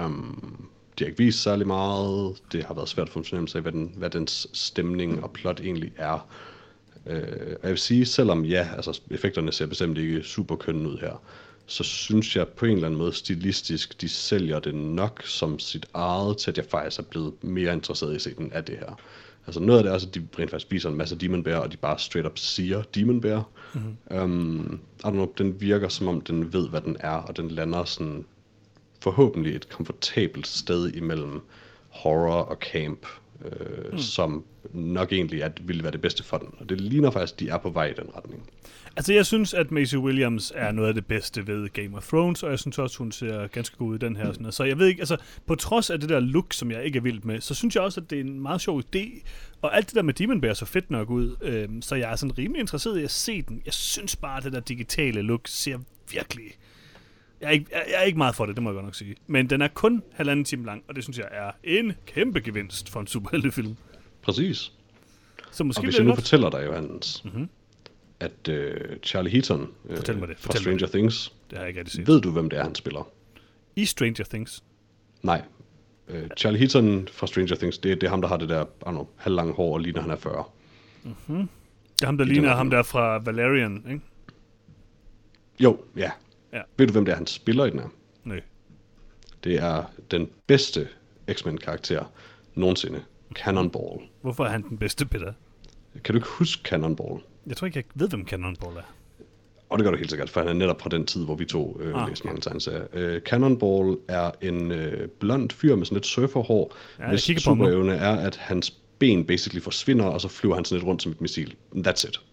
Um, de har ikke vist særlig meget. Det har været svært at få en fornemmelse af, hvad, den, hvad dens stemning og plot egentlig er. Uh, jeg vil sige, selvom ja, altså effekterne ser bestemt ikke super kønne ud her, så synes jeg på en eller anden måde stilistisk, de sælger det nok som sit eget, til at jeg faktisk er blevet mere interesseret i at se den af det her. Altså noget af det er også, at de rent faktisk spiser en masse Demon Bear, og de bare straight up siger Demon Bear. Mm-hmm. Um, I don't know, den virker som om, den ved, hvad den er, og den lander sådan forhåbentlig et komfortabelt sted imellem horror og camp, øh, mm. som nok egentlig er, ville være det bedste for den. Og det ligner faktisk, at de er på vej i den retning. Altså, jeg synes, at Maisie Williams er noget af det bedste ved Game of Thrones, og jeg synes også, hun ser ganske god ud i den her. Mm. Så jeg ved ikke, altså, på trods af det der look, som jeg ikke er vild med, så synes jeg også, at det er en meget sjov idé, og alt det der med Demon Bear så fedt nok ud, øh, så jeg er sådan rimelig interesseret i at se den. Jeg synes bare, at det der digitale look ser virkelig... Jeg er, ikke, jeg er ikke meget for det, det må jeg godt nok sige. Men den er kun halvanden time lang, og det synes jeg er en kæmpe gevinst for en superheltefilm. Præcis. Så måske og hvis jeg nu godt... fortæller dig, Johannes, mm-hmm. at uh, Charlie Heaton uh, Fortæl mig det. fra Fortæl Stranger det. Things, det har jeg ikke set. Ved du, hvem det er, han spiller? I Stranger Things? Nej. Uh, Charlie Heaton fra Stranger Things, det, det er ham, der har det der know, halvlange hår og ligner, han er fyrre. Mm-hmm. Det er ham, der I ligner ham der fra Valerian, ikke? Jo, ja. Ja. Ved du, hvem det er, han spiller i den her? Nej. Det er den bedste X-Men-karakter nogensinde. Cannonball. Hvorfor er han den bedste, Peter? Kan du ikke huske Cannonball? Jeg tror ikke, jeg ved, hvem Cannonball er. Og det gør du helt sikkert, for han er netop fra den tid, hvor vi to øh, ah, læste okay. mange tegneserier. Uh, Cannonball er en øh, blond fyr med sådan lidt surferhår, ja, hvis superevne er, at hans ben basically forsvinder, og så flyver han sådan lidt rundt som et missil. That's it.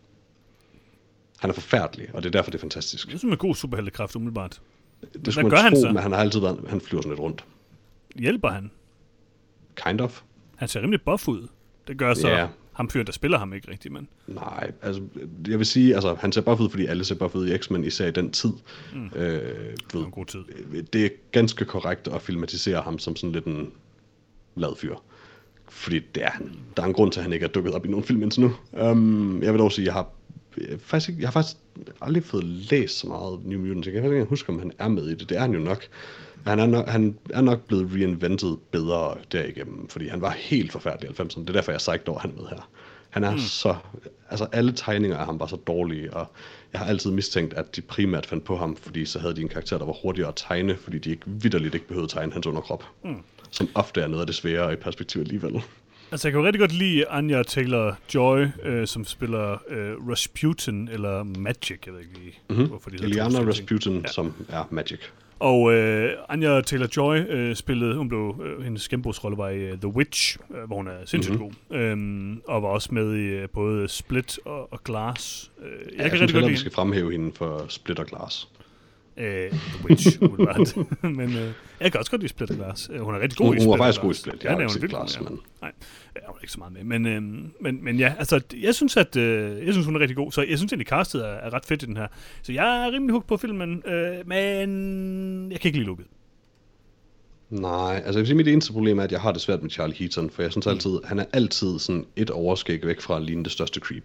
Han er forfærdelig, og det er derfor, det er fantastisk. Det er som en god superheltekraft, umiddelbart. Det skulle man tro, men han har altid været, han flyver sådan lidt rundt. Hjælper han? Kind of. Han ser rimelig buff ud. Det gør så yeah. ham fyren, der spiller ham ikke rigtigt, men... Nej, altså, jeg vil sige, altså, han ser buff ud, fordi alle ser buff ud i X-Men, især i den tid. Mm. Øh, ved, en god tid. Det er ganske korrekt at filmatisere ham som sådan lidt en lad fyr. Fordi det er han. Der er en grund til, at han ikke er dukket op i nogen film indtil nu. Um, jeg vil dog sige, jeg har faktisk ikke, jeg har faktisk aldrig fået læst så meget New Mutants. Jeg kan faktisk ikke huske, om han er med i det. Det er han jo nok. Han er nok, han er nok blevet reinvented bedre derigennem, fordi han var helt forfærdelig i halvfemserne. Det er derfor, jeg er psyched over, han med her. Han er mm. så... Altså, alle tegninger af ham var så dårlige, og jeg har altid mistænkt, at de primært fandt på ham, fordi så havde de en karakter, der var hurtigere at tegne, fordi de ikke vitterligt ikke behøvede at tegne hans underkrop. Mm. Som ofte er noget af det svære i perspektiv alligevel. Altså, jeg kan jo rigtig godt lide Anya Taylor-Joy, øh, som spiller øh, Rasputin, eller Magic, jeg ved ikke lige, mm-hmm. hvorfor de hedder Illyana Rasputin, ja. Som er Magic. Og øh, Anya Taylor-Joy øh, spillede, hun blev, øh, hendes gennembrudsrolle var i uh, The Witch, øh, hvor hun er sindssygt mm-hmm. god, øhm, og var også med i uh, både Split og, og Glass. Øh, jeg ja, kan jeg synes heller, vi skal fremhæve hende for Split og Glass. Øh, The Witch, men øh, jeg kan også godt lide Split og Glass. Hun er rigtig god hun, i Split. Hun var faktisk god i Split, jeg ja, har ikke set Glass, men... Nej, jeg var ikke så meget med. Men, øh, men, men ja, altså, jeg synes, at øh, jeg synes, hun er rigtig god. Så jeg synes egentlig, castet er, er ret fedt i den her. Så jeg er rimelig hooked på filmen, øh, men jeg kan ikke lide looket. Nej, altså jeg vil sige, mit eneste problem er, at jeg har det svært med Charlie Heaton, for jeg synes altid, mm. han er altid sådan et overskæg væk fra at ligne det største creep.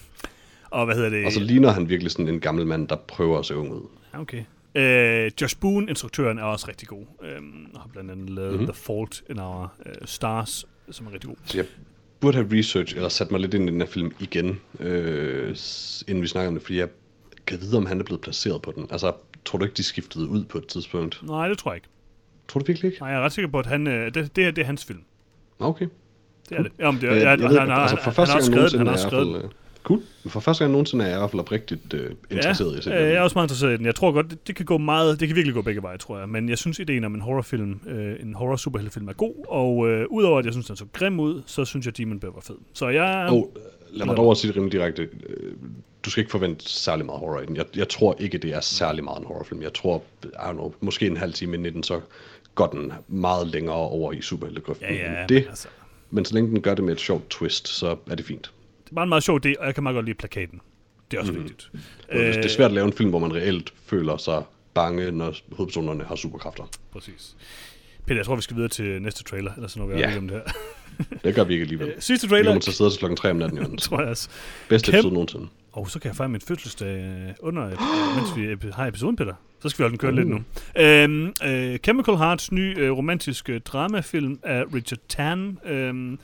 Og hvad hedder det? Og så ligner han virkelig sådan en gammel mand, der prøver at se ung ud. Okay. Uh, Josh Boone, instruktøren, er også rigtig god. Um, og har blandt andet lavet mm-hmm. The Fault in Our uh, Stars, som er rigtig god. Så jeg burde have research, eller sat mig lidt ind i den her film igen, øh, inden vi snakker om det, fordi jeg kan vide, om han er blevet placeret på den. Altså, tror du ikke, de skiftede ud på et tidspunkt? Nej, det tror jeg ikke. Tror du virkelig ikke? Nej, jeg er ret sikker på, at han, det, det, er, det er hans film. Okay. Det er det. Jamen, det er, jeg, jeg, jeg ved, han, altså, for første han, gang nogensinde er jeg i hvert skrevet. fald... Cool. For første gang nogensinde er jeg i hvert fald oprigtigt uh, interesseret ja, i at se den. Jeg er også meget interesseret i den. Jeg tror godt, det, det kan gå meget, det kan virkelig gå begge veje, tror jeg. Men jeg synes, ideen om en horrorfilm, øh, en horror superheltefilm er god. Og øh, udover at jeg synes, den så grim ud, så synes jeg, Demon Bear var fed. Så jeg... Oh, lad mig dog sige det rimelig direkte. Du skal ikke forvente særlig meget horror i den. Jeg, jeg tror ikke, det er særlig meget en horrorfilm. Jeg tror, I don't know, måske en halv time ind i den, så går den meget længere over i superheltegrøften ja, ja, end det. Men, altså. Men så længe den gør det med et sjovt twist, så er det fint. Det er bare en meget sjov idé, og jeg kan meget godt lide plakaten. Det er også mm. vigtigt. Det er svært at lave en film, hvor man reelt føler sig bange, når hovedpersonerne har superkræfter. Præcis. Peter, jeg tror, vi skal videre til næste trailer, eller sådan noget, vi ja. om det her. Det gør vi ikke alligevel. Sidste trailer. Vi kommer til at sidde til klokken tre om natten, Jørgens. tror jeg også. Bedste episode nogensinde. Og oh, så kan jeg fejre min fødselsdag under, et, mens vi har episoden, Peter. Så skal vi holde den køre uh. lidt nu. Øhm, uh, Chemical Hearts ny uh, romantisk uh, dramafilm af Richard Tan. Øhm,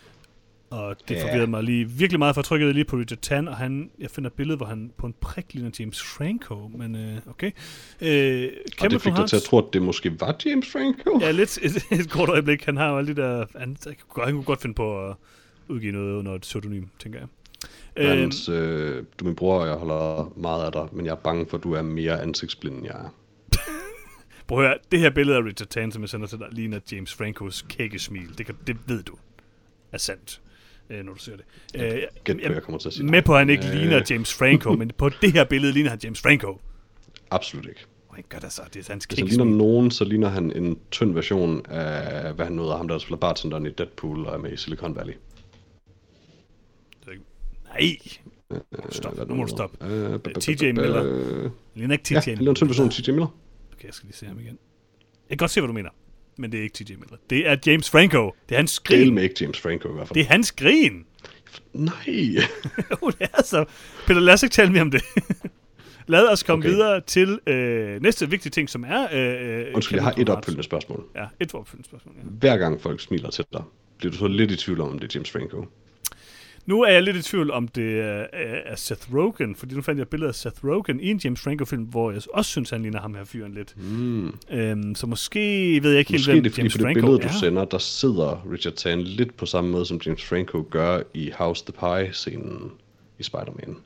og det yeah. forvirrede mig lige virkelig meget, for jeg trykkede lige på Richard Tan, og han, jeg finder et billede, hvor han på en prik ligner James Franco, men uh, okay. Uh, og det fik dig til at tro, at det måske var James Franco? Ja, lidt et, et kort øjeblik. Han har jo alle de der... Han, han kunne godt finde på at udgive noget under et pseudonym, tænker jeg. Hans, øh, du er min bror, og jeg holder meget af dig, men jeg er bange for, at du er mere ansigtsblind, end jeg er. Prøv at høre, det her billede af Richard Tan, som jeg sender til dig, ligner James Francos kækkesmil. Det, kan, det ved du er sandt, øh, når du ser det. Øh, Gæt på, jeg kommer til at sige med på, at han ikke øh. ligner James Franco, men på det her billede ligner han James Franco. Absolut ikke. Oh my God, altså, det er hans Hvis han ligner nogen, så ligner han en tynd version af, hvad han nåede af ham, der spiller bartenderen i Deadpool og er med i Silicon Valley. Nej. Stop. Nu må du stoppe. T J Miller. Ligner ikke T J Miller. Ja, det ligner en tynd version af T J Miller. Okay, jeg skal lige se ham igen. Jeg kan godt se, hvad du mener. Men det er ikke T J Miller. Det er James Franco. Det er hans skrin. Det er ikke James Franco i hvert fald. Det er hans skrin. Nej. Jo, det er så. Peter, lad os ikke tale mere om det. Lad os komme okay. videre til øh, næste vigtige ting, som er... Øh, Undskyld, jeg har et opfølgende spørgsmål. Ja, et opfølgende spørgsmål, ja. Hver gang folk smiler til dig, bliver du så lidt i tvivl om, om det er James Franco? Nu er jeg lidt i tvivl om det er, er Seth Rogen, fordi nu fandt jeg et billede af Seth Rogen i en James Franco-film, hvor jeg også synes, han ligner ham her fyren lidt. Mm. Øhm, så måske ved jeg ikke måske helt, hvem det, James Franco er. Franco Måske det billede, du sender, der sidder Richard Tan lidt på samme måde, som James Franco gør i House the Pie-scenen i Spider-Man.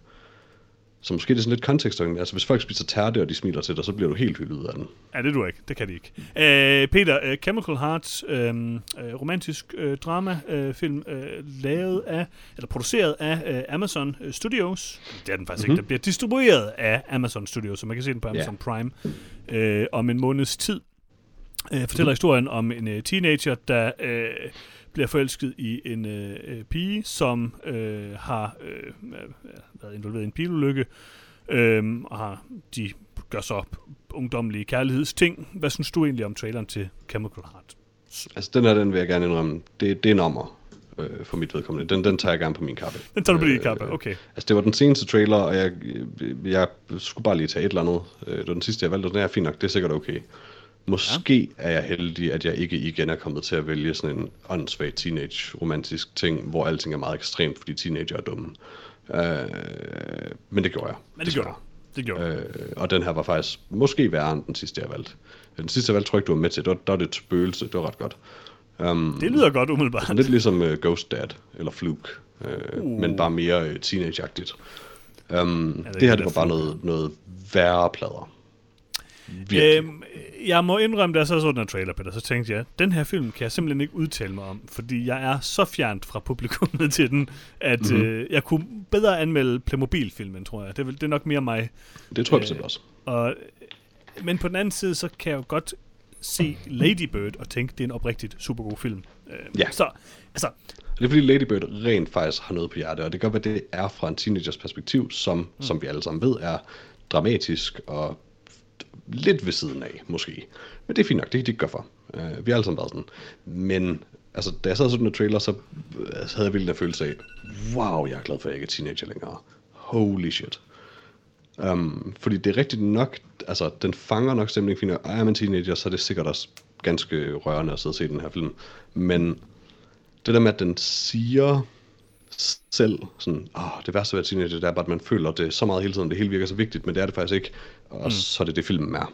Så måske det er sådan lidt kontekstorienteret. Altså hvis folk spiser tærte, og de smiler til dig, så bliver du helt hyldet af den. Ja, det du ikke. Det kan de ikke. Øh, Peter, uh, Chemical Hearts, øh, romantisk øh, drama-film, øh, øh, lavet af, eller produceret af øh, Amazon Studios. Det er den faktisk mm-hmm. ikke. Der bliver distribueret af Amazon Studios, så man kan se den på Amazon yeah. Prime øh, om en måneds tid. Øh, fortæller mm-hmm. historien om en øh, teenager, der... Øh, bliver forelsket i en øh, pige, som øh, har øh, været involveret i en bilulykke, øh, og har, de gør så ungdomlige kærlighedsting. Hvad synes du egentlig om traileren til Chemical Heart? Altså, den her, den vil jeg gerne indrømme. Det, det er en ommer øh, for mit vedkommende. Den, den tager jeg gerne på min kappe. Den tager du på din kappe, okay. Altså, det var den seneste trailer, og jeg, jeg skulle bare lige tage et eller andet. Det var den sidste, jeg valgte, og den er fint nok. Det er sikkert okay. Måske ja. er jeg heldig, at jeg ikke igen er kommet til at vælge sådan en åndssvag teenage-romantisk ting, hvor alting er meget ekstremt, fordi teenager er dumme. Øh, men det gjorde jeg. Men det gjorde det gjorde øh, Og den her var faktisk måske værre end den sidste, jeg valgte. Den sidste, jeg valgte, tror jeg ikke, du var med til. Der var det et spøgelse. Det var ret godt. Um, det lyder godt umiddelbart. Lidt ligesom uh, Ghost Dad eller Fluke, uh, uh. men bare mere uh, teenage-agtigt. Um, ja, det, det her, det var bare noget, noget værre plader. Øhm, jeg må indrømme, da jeg så så den her trailer, Peter, så tænkte jeg, den her film kan jeg simpelthen ikke udtale mig om, fordi jeg er så fjernt fra publikummet til den, at mm-hmm. øh, jeg kunne bedre anmelde Playmobil-filmen, tror jeg. Det er, det er nok mere mig. Det tror jeg bestemt øh, også. Og, men på den anden side, så kan jeg jo godt se Lady Bird og tænke, det er en oprigtigt supergod film. Øh, ja. Så, altså... Det er fordi Lady Bird rent faktisk har noget på hjertet, og det gør, hvad det er fra en teenagers perspektiv, som, mm. som vi alle sammen ved, er dramatisk og lidt ved siden af, måske. Men det er fint nok, det, det gør for. Uh, vi har alle sammen været sådan. Men altså, da jeg sad sådan en trailer, så havde jeg vildt en følelse af, wow, jeg er glad for, at jeg ikke er teenager længere. Holy shit. Um, fordi det er rigtigt nok, altså den fanger nok stemningen fint, og er man teenager, så er det sikkert også ganske rørende at sidde og se den her film. Men det der med, at den siger selv sådan, åh, det værste ved at være teenager, det er bare, at man føler det så meget hele tiden, det hele virker så vigtigt, men det er det faktisk ikke, og mm. så er det det filmen er.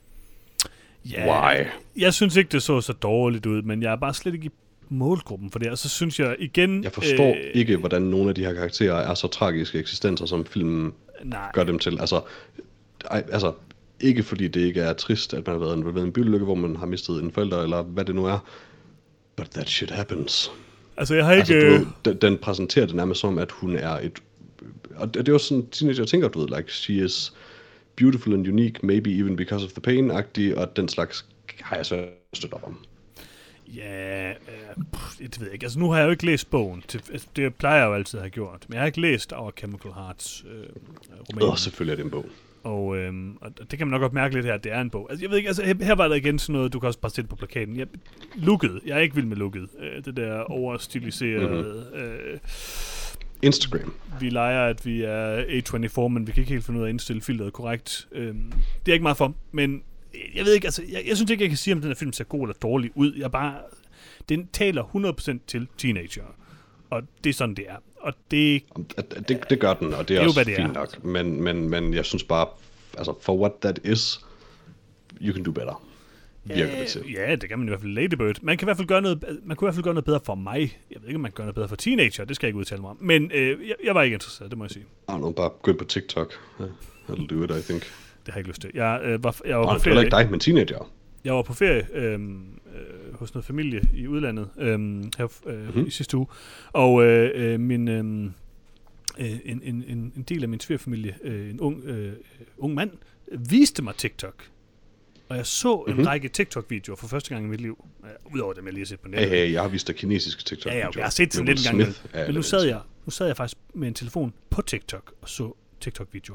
Ja, Why? Jeg synes ikke, det så så dårligt ud, men jeg er bare slet ikke i målgruppen for det, og så synes jeg igen... Jeg forstår øh, ikke, hvordan nogle af de her karakterer er så tragiske eksistenser, som filmen nej. gør dem til. Altså, ej, altså, ikke fordi det ikke er trist, at man har været involveret i en bilulykke, hvor man har mistet en forælder, eller hvad det nu er, but that shit happens. Altså, jeg har ikke... Altså, du ved, den, den præsenterer det nærmest som, at hun er et... Og det er jo sådan, teenager tænker, du ved, like, she is beautiful and unique, maybe even because of the pain-agtig, og den slags har jeg svært at støtte op om. Ja, øh, pff, det ved jeg ikke. Altså, nu har jeg jo ikke læst bogen. Det, det plejer jeg jo altid at have gjort. Men jeg har ikke læst Our Chemical Hearts øh, roman. Åh, selvfølgelig er det en bog. Og, øhm, og det kan man nok godt mærke lidt her, at det er en bog. Altså, jeg ved ikke, altså, her, her var der igen sådan noget, du kan også bare sætte på plakaten. Jeg, looket. Jeg er ikke vild med looket. Øh, det der overstiliserede... Mm-hmm. Øh, Instagram. Vi leger, at vi er A fireogtyve, men vi kan ikke helt finde ud af at indstille filteret korrekt. Øhm, det er ikke meget for, men jeg ved ikke, altså, jeg, jeg synes ikke, jeg kan sige, om den her film ser god eller dårlig ud. Jeg bare, den taler hundrede procent til teenager, og det er sådan, det er. Og det, det, det gør den, og det er, det er også jo, det fint er. nok. Men, men, men jeg synes bare, altså, for what that is, you can do better. Virker det til. Ja, det kan man i hvert fald. Ladybird. Man kan i hvert fald gøre noget, man kunne i hvert fald gøre noget bedre for mig. Jeg ved ikke, om man kan gøre noget bedre for teenager. Det skal jeg ikke udtale mig om. Men øh, jeg, jeg var ikke interesseret, det må jeg sige. Ah, nu bare gå ind på TikTok. That'll do it, I think. Det har jeg ikke lyst til. Jeg, øh, var, jeg var ah, på ferie. Det er ikke dig, men teenager. Jeg var på ferie øh, øh, hos noget familie i udlandet øh, her øh, mm-hmm. i sidste uge. Og øh, min, øh, en, en, en, en del af min svigerfamilie, øh, en ung, øh, ung mand, viste mig TikTok. Og jeg så en mm-hmm. række TikTok-videoer for første gang i mit liv. Uh, Udover dem, jeg lige har set på nettet. Hey, hey, jeg har vist dig kinesiske TikTok-videoer. Ja, ja, jeg har set sådan lidt en gang. Men, men nu, sad jeg, nu sad jeg faktisk med en telefon på TikTok og så TikTok-videoer.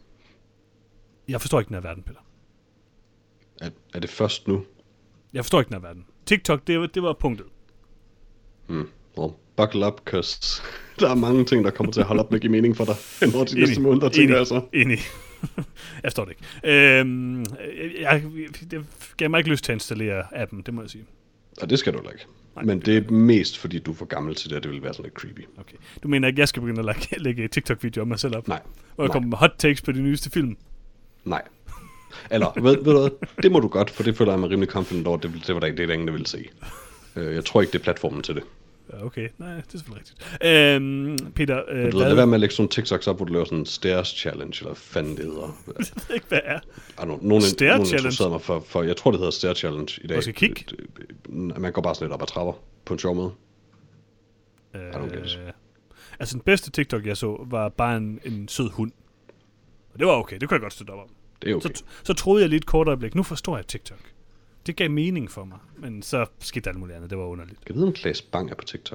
Jeg forstår ikke den her verden, Peter. Er, er det først nu? Jeg forstår ikke den her verden. TikTok, det var, det var punktet. Hmm. Well, buckle up, cause der er mange ting, der kommer til at holde op med at give mening for dig hen over de næste måneder, tænker jeg så. Enig. Jeg forstår det ikke. Øhm, jeg, det gav mig ikke lyst til at installere appen, det må jeg sige. Og det skal du ikke. Nej, men det er mest, fordi du er for gammel til det, og det vil være sådan lidt creepy. Okay. Du mener ikke, jeg skal begynde at lægge, lægge TikTok-videoer om mig selv op? Nej. Hvor jeg kommer med hot takes på de nyeste film? Nej. Eller, ved, ved du hvad, det må du godt, for det føler jeg mig rimelig confident over, det, det var der ikke det, der ingen, der ville se. Jeg tror ikke, det er platformen til det. Okay, nej, det er selvfølgelig rigtigt. Øhm, Peter, øh, Men du ved, lad være med at lægge sådan TikToks op, hvor du laver sådan en stairs challenge, eller hvad fanden det hedder. Jeg ved ikke, hvad er. Ah, no, nogen, Stair nogen challenge? Mig for, for, jeg tror, det hedder stair challenge i dag. Måske kigge? Man går bare sådan lidt op ad trapper på en sjov måde. Øh, I don't get it. Altså, den bedste TikTok, jeg så, var bare en, en sød hund. Og det var okay, det kunne jeg godt støtte op om. Det er okay. Så, så troede jeg lidt kort øjeblik, nu forstår jeg TikTok. Det gav mening for mig, men så skete alt muligt andet, det var underligt. Jeg ved, om Klaas Bang er på TikTok.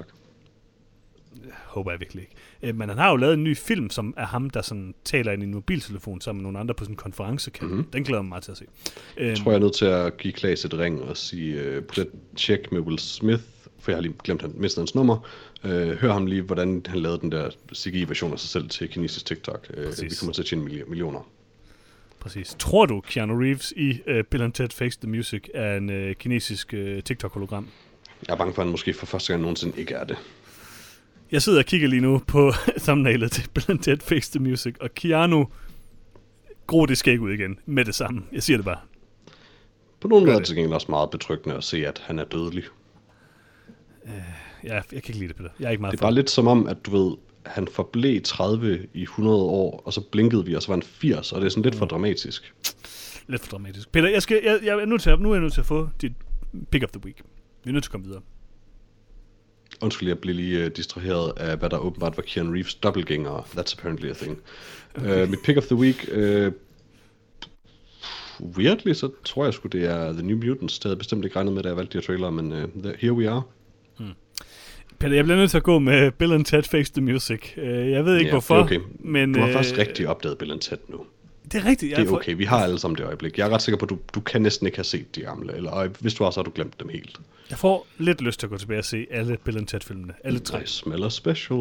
Jeg håber jeg virkelig ikke. Øh, men han har jo lavet en ny film, som er ham, der sådan taler ind i en mobiltelefon sammen med nogle andre på sådan en konferencekald. Mm-hmm. Den glæder mig meget til at se. Jeg tror, jeg er nødt til at give Klaas et ring og sige, uh, put et check med Will Smith, for jeg har lige glemt, at han mistede hans nummer. Uh, hør ham lige, hvordan han lavede den der C G I-version af sig selv til kinesisk TikTok. Uh, vi kommer til at tjene millioner. Præcis. Tror du, Keanu Reeves i uh, Bill and Ted Face the Music er en uh, kinesisk uh, TikTok-hologram? Jeg er bange for, at han måske for første gang nogensinde ikke er det. Jeg sidder og kigger lige nu på thumbnailet til Bill and Ted Face the Music, og Keanu gror det skæg ud igen med det samme. Jeg siger det bare. På nogle måder er det til gengæld også meget betryggende at se, at han er dødelig. Uh, ja, jeg kan ikke lide det, Peter. Jeg er ikke meget det er bare lidt som om, at du ved, han forblev tredive i hundrede år, og så blinkede vi, og så var han firs, og det er sådan lidt for dramatisk. Lidt for dramatisk. Peter, jeg skal, jeg, jeg er nødt til at, nu er jeg nødt til at få dit pick of the week. Vi er nødt til at komme videre. Undskyld, jeg blev lige uh, distraheret af, hvad der åbenbart var Keanu Reeves dobbeltgænger. That's apparently a thing. Okay. Uh, mit pick of the week, uh, weirdly, så tror jeg sgu, det er The New Mutants. Det havde jeg bestemt ikke regnet med, da jeg valgte de her trailer, men uh, there, here we are. Hmm. Peter, jeg bliver nødt til at gå med Bill and Ted Face the Music. Uh, jeg ved ikke, ja, hvorfor. Okay. Men, du har uh, faktisk rigtig opdaget Bill and Ted nu. Det er rigtigt. Jeg det er okay, vi har alle sammen det øjeblik. Jeg er ret sikker på, at du, du kan næsten ikke have set de gamle, eller og hvis du har, så har du glemt dem helt. Jeg får lidt lyst til at gå tilbage og se alle Bill and Ted-filmene. Alle tre. Det smelter special.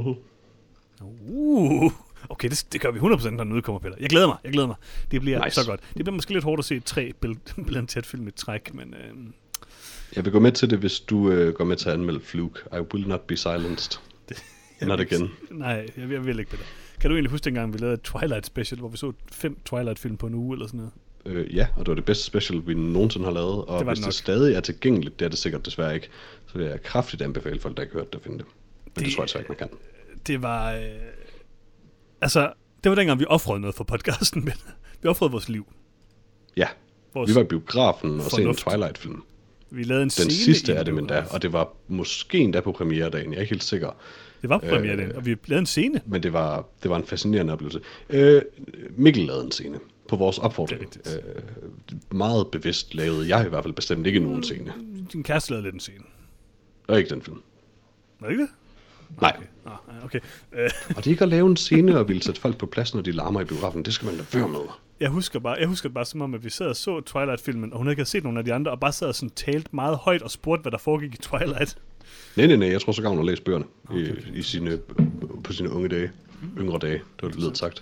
Uh, okay, det, det gør vi hundrede procent, når den udkommer, Peter. Jeg glæder mig, jeg glæder mig. Det bliver nice. Så godt. Det bliver måske lidt hårdt at se tre Bill, Bill and Ted-film i træk, men... Øh... Jeg vil gå med til det, hvis du øh, går med til at anmelde Fluke. I will not be silenced. Det, not again. Nej, jeg, jeg vil ikke, Peter. Kan du egentlig huske dengang, vi lavede et Twilight special, hvor vi så fem Twilight-film på en uge eller sådan noget? Øh, ja, og det var det bedste special, vi nogensinde har lavet. Og det hvis det, det stadig er tilgængeligt, det er det sikkert desværre ikke, så vil jeg kraftigt anbefale folk, der ikke har hørt det, at finde det. Men det, det tror jeg så ikke, man kan. Det var... Øh... Altså, det var dengang, vi offrede noget for podcasten, men vi offrede vores liv. Ja, vores vi var i biografen og se en Twilight-film. Vi lavede en Den sidste er det, men da, og det var måske endda på premieredagen, jeg er ikke helt sikker. Det var på premieredagen, øh, og vi lavede en scene. Men det var, det var en fascinerende oplevelse. Øh, Mikkel lavede en scene på vores opfordring. Øh, meget bevidst lavede jeg i hvert fald bestemt ikke nogen scene. Din kæreste lavede lidt en scene. Og ikke den film. Var det ikke det? Nej. Okay. okay. Øh. Og det ikke at lave en scene og ville sætte folk på plads, når de larmer i biografen, det skal man lade være med. Jeg husker bare, jeg husker bare som om, at vi sad og så Twilight-filmen, og hun ikke havde set nogen af de andre, og bare sad og sådan talt meget højt og spurgte, hvad der foregik i Twilight. Nej, nej, nej, jeg tror så hun har læst bøgerne okay, okay. I, i sine, på sine unge dage, yngre dage, det var det ledet sagt.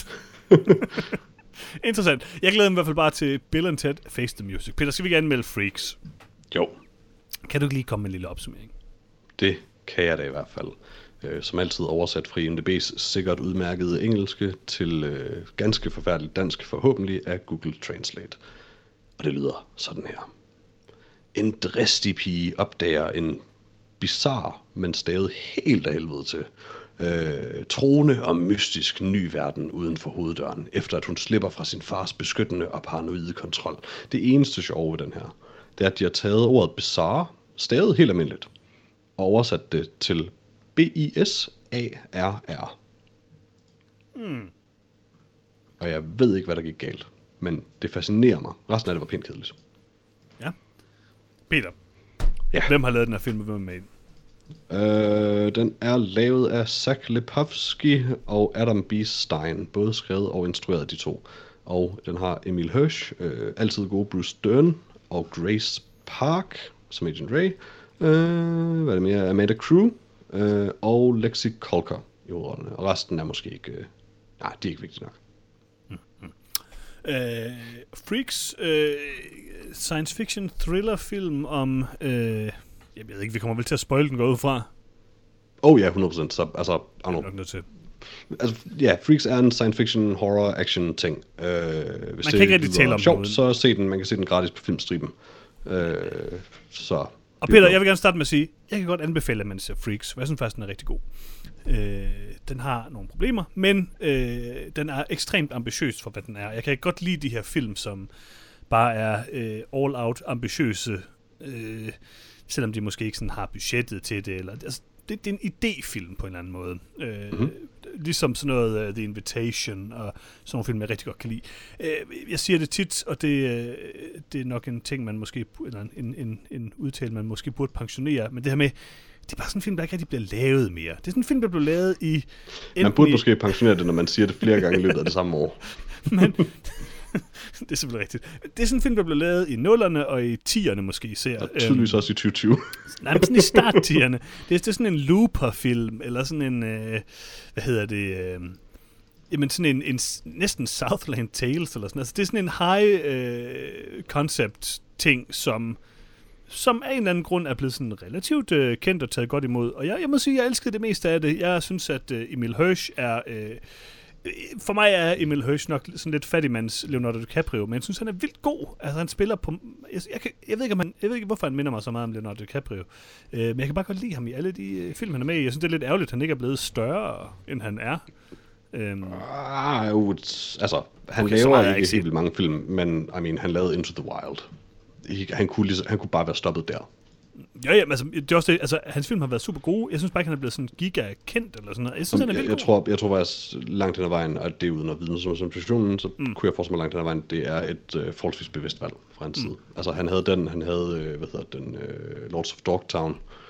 Interessant. Jeg glæder mig i hvert fald bare til Bill and Ted Face the Music. Peter, skal vi gerne anmelde Freaks? Jo. Kan du ikke lige komme med en lille opsummering? Det kan jeg da i hvert fald. Øh, som altid oversat fra I M D B's sikkert udmærkede engelske til øh, ganske forfærdeligt dansk forhåbentlig af Google Translate. Og det lyder sådan her. En dristig pige opdager en bizarre, men stadig helt af helvede til, øh, troende og mystisk ny verden uden for hoveddøren, efter at hun slipper fra sin fars beskyttende og paranoide kontrol. Det eneste sjove ved den her, det er, at de har taget ordet bizarre, stadig helt almindeligt, og oversat det til B I S A R R. Hmm. Og jeg ved ikke, hvad der gik galt, men det fascinerer mig. Resten af det var pænt kedeligt. Ja. Peter, ja. Hvem har lavet den her film, hvem er med i den? Øh, den er lavet af Zach Lipovsky og Adam B. Stein, både skrevet og instrueret de to. Og den har Emil Hirsch, øh, altid gode Bruce Dern, og Grace Park som Agent Ray. Øh, hvad er det mere? Amanda Crew øh, og Lexi Colker i hovedrollerne. Og resten er måske ikke... Øh, nej, de er ikke vigtige nok. Mm-hmm. Uh, Freaks, uh, science fiction thriller film om... Uh, jeg ved ikke, vi kommer vel til at spoil den gå ud fra. Åh oh, ja, hundrede procent. Så, altså, det er nok nødt til. Altså, ja, Freaks er en science fiction horror action ting. Uh, hvis man kan ikke rigtig tale om sjovt, så se den. Man kan se den gratis på Filmstriben. Uh, så... Og Peter, jeg vil gerne starte med at sige, jeg kan godt anbefale, at man ser Freaks, for jeg synes faktisk, den er rigtig god. Øh, den har nogle problemer, men øh, den er ekstremt ambitiøs for, hvad den er. Jeg kan godt lide de her film, som bare er øh, all-out ambitiøse, øh, selvom de måske ikke sådan har budgettet til det. Eller, altså, det, det er en idéfilm på en eller anden måde. Øh, mm-hmm. Ligesom sådan noget uh, The Invitation og sådan nogle film, jeg rigtig godt kan lide. Uh, jeg siger det tit, og det, uh, det er nok en ting, man måske, eller en, en, en udtale, man måske burde pensionere, men det her med, det er bare sådan en film, der ikke rigtig bliver lavet mere. Det er sådan en film, der blev lavet i... Man burde i, måske pensionere det, når man siger det flere gange i løbet af det samme år. Men... det er simpelthen rigtigt. Det er sådan en film, der blev lavet i nullerne og i tierne måske især. Og tydeligvis også i tyve tyve. Nej, men sådan i start-tierne. Det er, det er sådan en Looper-film, eller sådan en, øh, hvad hedder det, øh, jamen sådan en, en næsten Southland Tales, eller sådan. Altså, det er sådan en high-concept-ting, øh, som, som af en eller anden grund er blevet sådan relativt øh, kendt og taget godt imod. Og jeg, jeg må sige, jeg elskede det meste af det. Jeg synes, at øh, Emil Hirsch er... Øh, For mig er Emil Hirsch nok sådan lidt fattigmands Leonardo DiCaprio, men jeg synes, han er vildt god. Altså, han spiller på... Jeg, jeg, kan, jeg, ved, ikke, om han, jeg ved ikke, hvorfor han minder mig så meget om Leonardo DiCaprio. Uh, men jeg kan bare godt lide ham i alle de uh, film, han er med i. Jeg synes, det er lidt ærgerligt, at han ikke er blevet større, end han er. Um, ah, jo, altså, han okay, laver ikke helt vildt mange film, men I mean, han lavede Into the Wild. Han kunne, han kunne bare være stoppet der. Ja, ja, altså, det er også det, altså, hans film har været super gode. Jeg synes bare ikke, han er blevet sådan giga-kendt eller sådan noget. Jeg synes, han er jeg, vildt jeg god. tror, jeg tror faktisk langt hen ad vejen, og det er uden at vide som situationen, så mm. kunne jeg forestille mig langt hen ad vejen, det er et øh, forholdsvis bevidst valg fra hans mm. side. Altså, han havde den, han havde, øh, hvad hedder den, øh, Lords of Dogtown,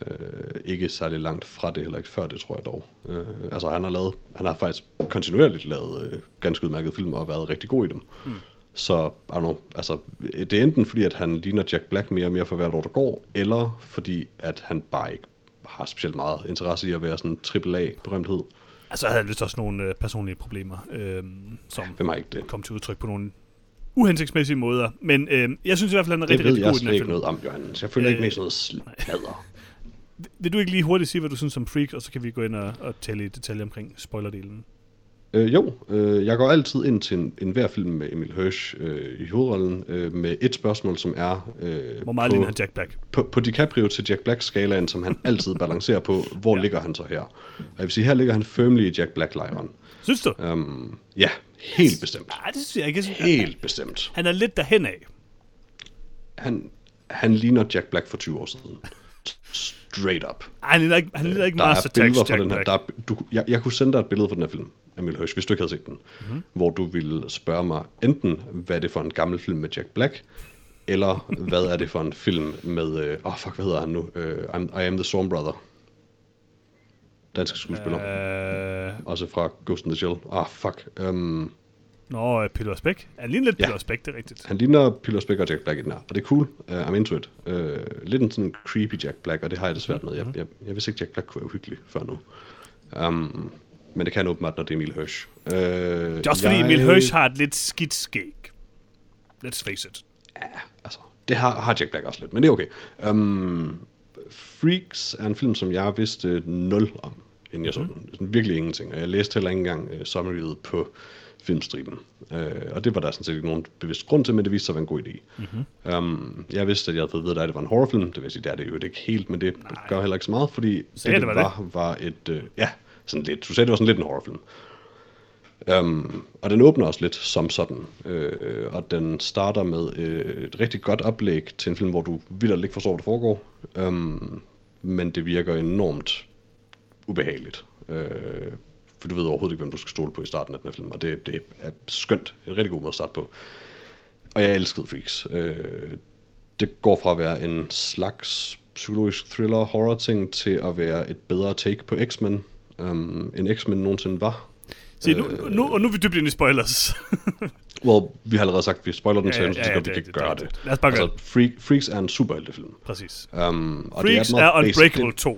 Øh, ikke særlig langt fra det, heller ikke før det, tror jeg dog. Øh, altså han har lavet, han har faktisk kontinuerligt lavet øh, ganske udmærkede film og været rigtig god i dem. Mm. Så, I don't know, altså, det er enten fordi, at han ligner Jack Black mere og mere for hvert år, der går, eller fordi, at han bare ikke har specielt meget interesse i at være sådan en triple A-berømthed. Altså havde han vist også nogle øh, personlige problemer, øh, som Hvem har ikke det? kom til udtryk på nogle uhensigtsmæssige måder. Men øh, jeg synes i hvert fald, han er rigtig, rigtig god i den her film. Det ved jeg slet ikke noget om, Johannes. Jeg føler øh, ikke med sådan noget sladder. Vil du ikke lige hurtigt sige, hvad du synes om Freak, og så kan vi gå ind og, og tale i detaljer omkring spoilerdelen? Øh, jo, øh, jeg går altid ind til en, en hver film med Emil Hirsch øh, i hovedrollen øh, med et spørgsmål, som er... Øh, hvor meget ligner han Jack Black? På, på DiCaprio til Jack Black-skalaen, som han altid balancerer på, hvor ja. ligger han så her? Og jeg vil sige, her ligger han firmly i Jack Black-lejren. Synes du? Um, ja, helt bestemt. Nej, det synes jeg ikke. Helt bestemt. Han er lidt derhen af. Han, han ligner Jack Black for tyve år siden. Straight up. Ej, han ligner ikke, han ligner ikke Master Tax Jack den her, Black. der er, du, jeg, jeg kunne sende dig et billede fra den her film, Emil Hirsch, hvis du ikke havde set den. Mm-hmm. Hvor du ville spørge mig enten, hvad er det for en gammel film med Jack Black, eller hvad er det for en film med... Åh, uh, oh, fuck, hvad hedder han nu? Uh, I'm, I Am The Storm Brother. Danske skuespiller. Uh... Også fra Ghost in the Shell. Ah, oh, fuck. Um... Nå, Peter Speck. Han ligner lidt ja. Peter Speck, det er rigtigt. Han ligner Peter Speck og Jack Black i den her. Og det er cool. Uh, I'm into it. Uh, lidt en sådan creepy Jack Black, og det har jeg det svært med. Jeg, jeg, jeg vidste ikke, Jack Black kunne være uhyggelig før nu. Um, men det kan åbenbart, når det er Emil Hirsch. Uh, det er også fordi, jeg... Emil Hirsch har et lidt skidt skæg. Let's face it. Ja, altså, det har, har Jack Black også lidt, men det er okay. Um, Freaks er en film, som jeg vidste nul om, inden jeg så den. Sådan virkelig ingenting. Og jeg læste heller ikke engang uh, summaryet på filmstriben. Uh, og det var der sådan set ikke nogen bevidst grund til, men det viste sig at være en god idé. Mm-hmm. Um, jeg vidste, at jeg havde fået at vide, at det var en horrorfilm. Det vil sige, det er det jo ikke helt, men det Nej. gør heller ikke så meget, fordi det, det, det, var, det var et... Uh, ja, sådan lidt. Du sagde, det var sådan lidt en horrorfilm. Um, og den åbner også lidt som sådan, øh, og den starter med øh, et rigtig godt oplæg til en film, hvor du vildt ikke forstår, hvad der foregår, um, men det virker enormt ubehageligt, øh, for du ved overhovedet ikke, hvem du skal stole på i starten af den her film, og det, det er skønt, en rigtig god måde at starte på. Og jeg elskede Freaks. Øh, det går fra at være en slags psykologisk thriller horror ting til at være et bedre take på X-Men, um, end X-Men nogensinde var. Se, nu, nu, og nu er vi dybt ind i spoilers. well, vi har allerede sagt, at vi spoiler den, så ja, ja, ja, vi kan det, gøre det. det. Lad os bare altså, gøre Freak, Freaks er en superheltefilm. Præcis. Um, og Freaks det er, er Unbreakable to.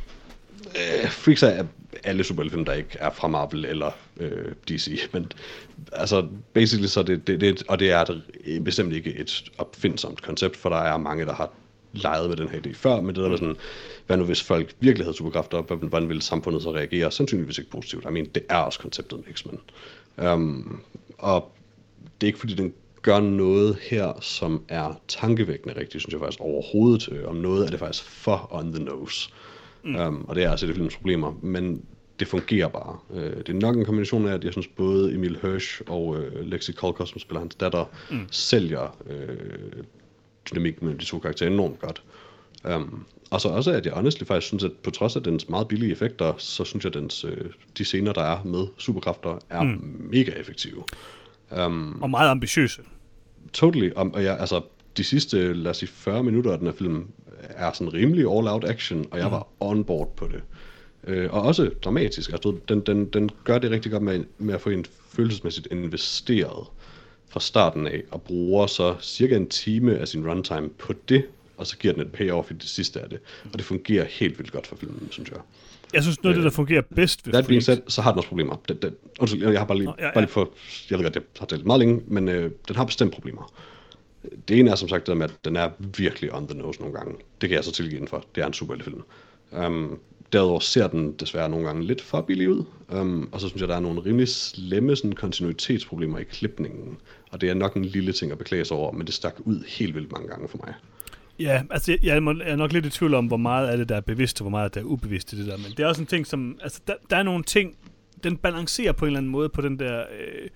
Uh, Freaks er alle superheltefilm, der ikke er fra Marvel eller uh, D C. Men altså, basically så det, det, det, og det er et, bestemt ikke et opfindsomt koncept, for der er mange, der har leget med den her idé før, men det der med sådan, hvad nu hvis folk virkelig havde superkræfter, hvordan ville samfundet så reagere? Sandsynligvis ikke positivt. Jeg mener, det er også konceptet med X-Men. Um, og det er ikke fordi, den gør noget her, som er tankevækkende rigtigt, synes jeg faktisk overhovedet. Om noget er det faktisk for on the nose. Mm. Um, og det er altså det filmens problemer, men det fungerer bare. Uh, det er nok en kombination af, at jeg synes både Emil Hirsch og uh, Lexi Colcott, som spiller hans datter, mm. sælger uh, dynamik med de to karakterer enormt godt. Um, og så også, at jeg honestly faktisk synes, at på trods af dens meget billige effekter, så synes jeg, at dens, øh, de scener, der er med superkræfter, er mm. mega effektive. Um, og meget ambitiøse. Totally. Og, og jeg, altså, de sidste, lad os sige, fyrre minutter af den her film, er sådan rimelig all-out action, og jeg mm. var on board på det. Uh, og også dramatisk. Altså, den, den, den gør det rigtig godt med, med at få en følelsesmæssigt investeret fra starten af, og bruger så cirka en time af sin runtime på det, og så giver den et payoff i det sidste af det. Og det fungerer helt vildt godt for filmen, synes jeg. Jeg synes, noget af det, der fungerer bedst ved That being said, så har den også problemer. Den, den, undskyld, jeg har bare lige, Nå, ja, ja. bare lige for, jeg ved godt, jeg har talt meget længe, men øh, den har bestemt problemer. Det ene er som sagt det der med, at den er virkelig on the nose nogle gange. Det kan jeg så tilgive den for. Det er en superheltefilm. Um, derudover ser den desværre nogle gange lidt for billig ud. Um, og så synes jeg, der er nogle rimelig slemme sådan, kontinuitetsproblemer i klipningen. Og det er nok en lille ting at beklage sig over, men det stak ud helt vildt mange gange for mig. Ja, altså jeg er nok lidt i tvivl om, hvor meget af det, der er bevidst, og hvor meget der er ubevidst i det der. Men det er også en ting, som... Altså, der, der er nogle ting, den balancerer på en eller anden måde på den der øh,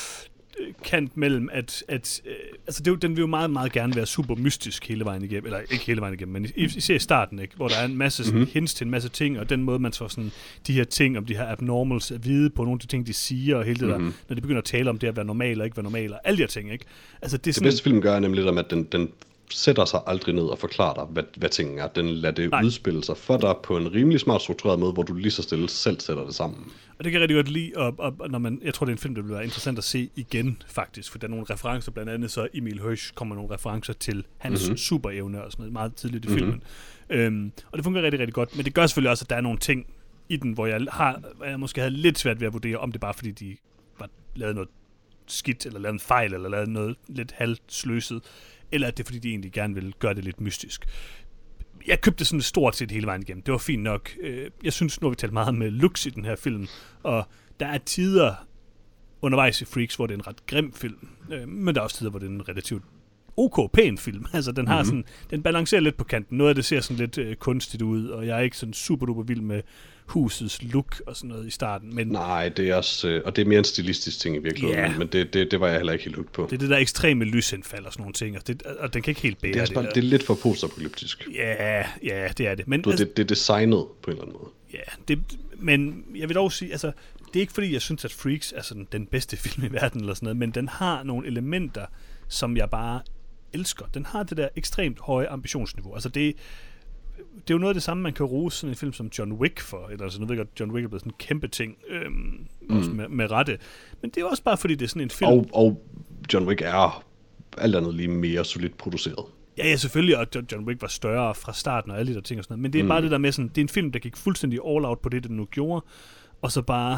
kant mellem, at... at øh, altså, det, den vil jo meget, meget gerne være super mystisk hele vejen igennem. Eller ikke hele vejen igennem, men især i starten, ikke? Hvor der er en masse sådan, mm-hmm. hints til en masse ting, og den måde, man får sådan de her ting, om de her abnormals at vide på nogle af de ting, de siger, og hele det mm-hmm. der, når de begynder at tale om det at være normal og ikke være normal, og alle de her ting, ikke? Altså, det er sådan... Det bedste film gør er nemlig lidt om, at den... den sætter sig aldrig ned og forklarer dig, hvad, hvad tingene er. Den lader det Nej. udspille sig for dig på en rimelig smart struktureret måde, hvor du lige så stille selv sætter det sammen. Og det kan jeg rigtig godt lide, og, og, og når man, jeg tror, det er en film, der vil være interessant at se igen, faktisk, for der er nogle referencer, blandt andet så Emil Hirsch kommer nogle referencer til hans mm-hmm. superevne og sådan noget, meget tidligt i mm-hmm. filmen. Øhm, og det fungerer rigtig, rigtig godt, men det gør selvfølgelig også, at der er nogle ting i den, hvor jeg, har, jeg måske havde lidt svært ved at vurdere, om det bare fordi, de var lavet noget skidt, eller lavet en fejl, eller lavet noget lidt halvt sløset, eller at det er fordi, de egentlig gerne vil gøre det lidt mystisk. Jeg købte sådan stort set hele vejen igennem. Det var fint nok. Jeg synes, nu har vi talt meget med looks i den her film, og der er tider undervejs i Freaks, hvor det er en ret grim film, men der er også tider, hvor det er en relativt ok pæn film. Altså, den har mm-hmm. sådan, den balancerer lidt på kanten. Noget af det ser sådan lidt øh, kunstigt ud, og jeg er ikke sådan super duper vild med husets look og sådan noget i starten. Men nej, det er også, øh, og det er mere en stilistisk ting i virkeligheden, yeah. men det, det, det var jeg heller ikke helt hooked på. Det er det der ekstreme lysindfald og sådan nogle ting, og, det, og den kan ikke helt bære det. Er det, bare, det er lidt for postapokalyptisk. Ja, ja, det er det. Men, du, altså, det, det er designet på en eller anden måde. Ja, det, men jeg vil dog sige, altså, det er ikke fordi, jeg synes, at Freaks er sådan den bedste film i verden eller sådan noget, men den har nogle elementer, som jeg bare elsker. Den har det der ekstremt høje ambitionsniveau. Altså det, det er jo noget af det samme, man kan rose sådan en film som John Wick for, eller altså, nu ved jeg godt, John Wick er blevet sådan en kæmpe ting, øhm, mm. også med, med rette. Men det er også bare fordi, det er sådan en film. Og, og John Wick er alt andet lige mere solidt produceret. Ja, ja, selvfølgelig, og John Wick var større fra starten og alle de der ting og sådan noget. Men det er mm. bare det der med sådan, det er en film, der gik fuldstændig all out på det, den nu gjorde, og så bare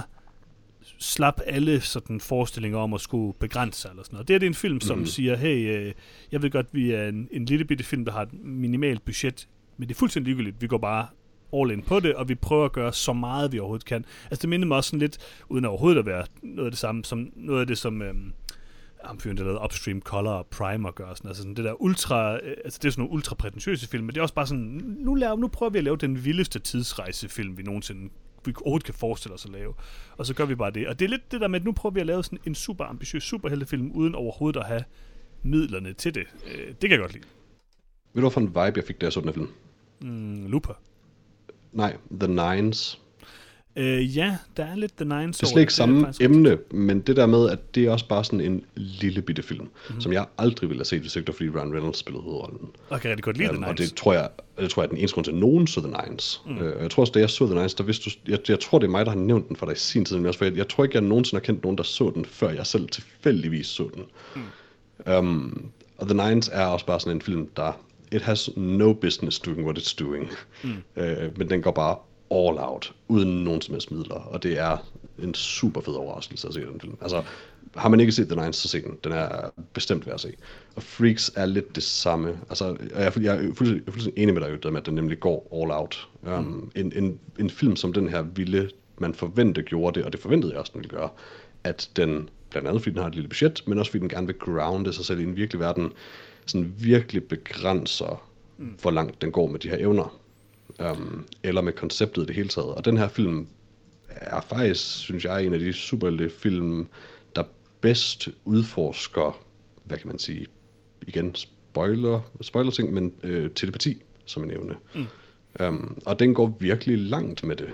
slap alle sådan forestillinger om at skulle begrænse sig eller sådan noget. Det er det en film, som mm. siger, hey, øh, jeg ved godt, vi er en, en lille bitte film, der har et minimalt budget, men det er fuldstændig ligegyldigt. Vi går bare all in på det, og vi prøver at gøre så meget, vi overhovedet kan. Altså det minder mig også sådan lidt, uden overhovedet at være noget af det samme, som noget af det, som øhm, ham fyren, der lavede Upstream Color og Primer gør. Sådan, altså sådan det der ultra, øh, altså det er sådan nogle ultra prætentiøse film, men det er også bare sådan, nu, laver, nu prøver vi at lave den vildeste tidsrejsefilm, vi nogensinde vi overhovedet kan forestille os at lave. Og så gør vi bare det. Og det er lidt det der med, at nu prøver vi at lave sådan en super ambitiøs superheltefilm, uden overhovedet at have midlerne til det. Det kan jeg godt lide. Ved du, hvorfor en vibe jeg fik, da jeg så den her film? Mm, Looper. Nej, The Nines. Øh, ja, der er lidt The Nines. Det er slet ikke samme emne, men det der med, at det er også bare sådan en lille bitte film, mm-hmm. som jeg aldrig ville have set, hvis ikke det var, fordi Ryan Reynolds spillede hovedrollen. Og kan rigtig godt lide um, The Nines. Og det tror jeg, det tror jeg er den eneste grund til, nogen så The Nines. Mm. Uh, jeg tror også, da jeg så The Nines, der vidste du, jeg, jeg tror, det er mig, der har nævnt den for dig i sin tid, men også, for jeg, jeg tror ikke, jeg nogensinde har kendt nogen, der så den, før jeg selv tilfældigvis så den. Mm. Um, og The Nines er også bare sådan en film, der, it has no business doing what it's doing. Mm. Uh, men den går bare all out, uden nogen som helst midler, og det er en super fed overraskelse at se den film. Altså, har man ikke set The Nines, så se den. Den er bestemt værd at se. Og Freaks er lidt det samme. Altså, jeg er, jeg er fuldstændig, fuldstændig enig med dig, med, at den nemlig går all out. Um, mm. en, en, en film som den her ville man forvente gjorde det, og det forventede jeg også, den ville gøre, at den, blandt andet fordi den har et lille budget, men også fordi den gerne vil grounde sig selv i en virkelig verden, sådan virkelig begrænser, mm. hvor langt den går med de her evner. Um, eller med konceptet i det hele taget. Og den her film er faktisk, synes jeg, en af de superheltefilm, der bedst udforsker, hvad kan man sige, igen, spoiler, spoiler ting, men øh, telepati som en evne. Mm. Um, og den går virkelig langt med det.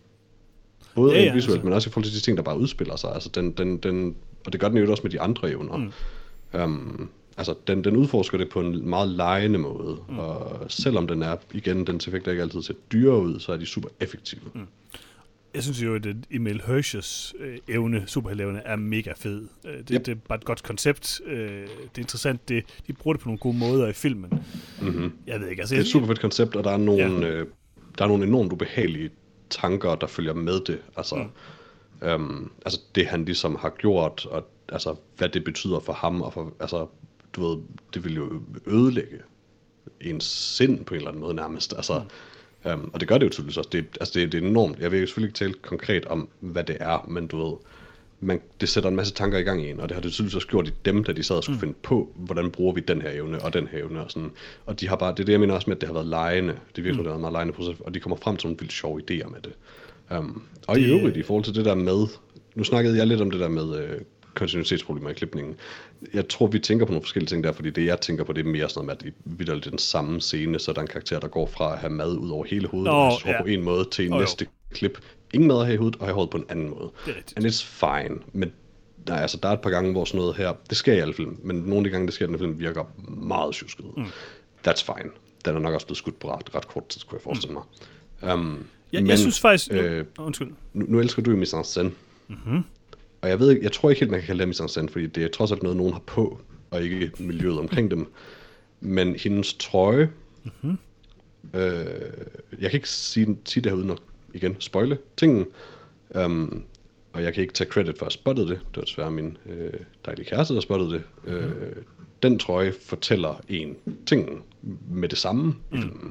Både ja, ja, visuelt, altså. Men også i forhold til de ting, der bare udspiller sig. Altså den, den, den, og det gør den jo også med de andre evner. Mm. Um, Altså, den, den udforsker det på en meget legende måde, mm. og selvom den er, igen, den effekter ikke altid ser dyre ud, så er de super effektive. Mm. Jeg synes jo, at Emil Hirsch's øh, evne, superheltevne, er mega fed. Det, yep. det er bare et godt koncept. Øh, det er interessant. Det, de bruger det på nogle gode måder i filmen. Mm-hmm. Jeg ved ikke. Altså, det er et super fedt koncept, og der er nogle, ja. øh, der er nogle enormt ubehagelige tanker, der følger med det. Altså, mm. øhm, altså det han ligesom har gjort, og altså, hvad det betyder for ham, og for, altså, du ved, det vil jo ødelægge ens sind på en eller anden måde nærmest. Altså, mm. øhm, og det gør det jo tydeligvis også. Det, altså det, det er enormt. Jeg vil jo selvfølgelig ikke tale konkret om, hvad det er, men du ved, man, det sætter en masse tanker i gang i en, og det har det tydeligvis også gjort i dem, da de sad og skulle mm. finde på, hvordan bruger vi den her evne og den her evne og sådan. Og de har bare, det er det, jeg mener også med, at det har været legende. Det virkelig mm. det har været meget legende proces, og de kommer frem til nogle vildt sjove idéer med det. Um, og det... i øvrigt, i forhold til det der med, nu snakkede jeg lidt om det der med øh, kontinuitetsproblemer i klipningen. Jeg tror, vi tænker på nogle forskellige ting der, fordi det, jeg tænker på, det er mere sådan noget med, at vi er den samme scene, så der er en karakter, der går fra at have mad ud over hele hovedet, oh, og ja. på en måde, til oh, næste jo. klip. Ingen mad at have i hovedet, og have hovedet på en anden måde. And it's fine. Men nej, altså, der er et par gange, hvor sådan noget her, det sker i alle film, men nogle af de gange, det sker i den film, virker meget tjusket. Mm. That's fine. Den er nok også blevet skudt på ret, ret kort tid, kunne jeg forestille mig. Mm. Um, ja, men, jeg synes faktisk... Øh, undskyld. Nu, nu elsker du jo mise en scène. Mm-hmm. Og jeg ved ikke, jeg tror ikke helt, man kan kalde det mise en scène, fordi det er trods alt noget, nogen har på, og ikke miljøet omkring dem. Men hendes trøje... Mm-hmm. Øh, jeg kan ikke sige, sige det her uden at, igen, spoile tingen. Um, og jeg kan ikke tage credit for at have spottet det. Det var desværre min øh, dejlige kæreste, der spottede det. Mm-hmm. Øh, den trøje fortæller en ting med det samme mm. i filmen.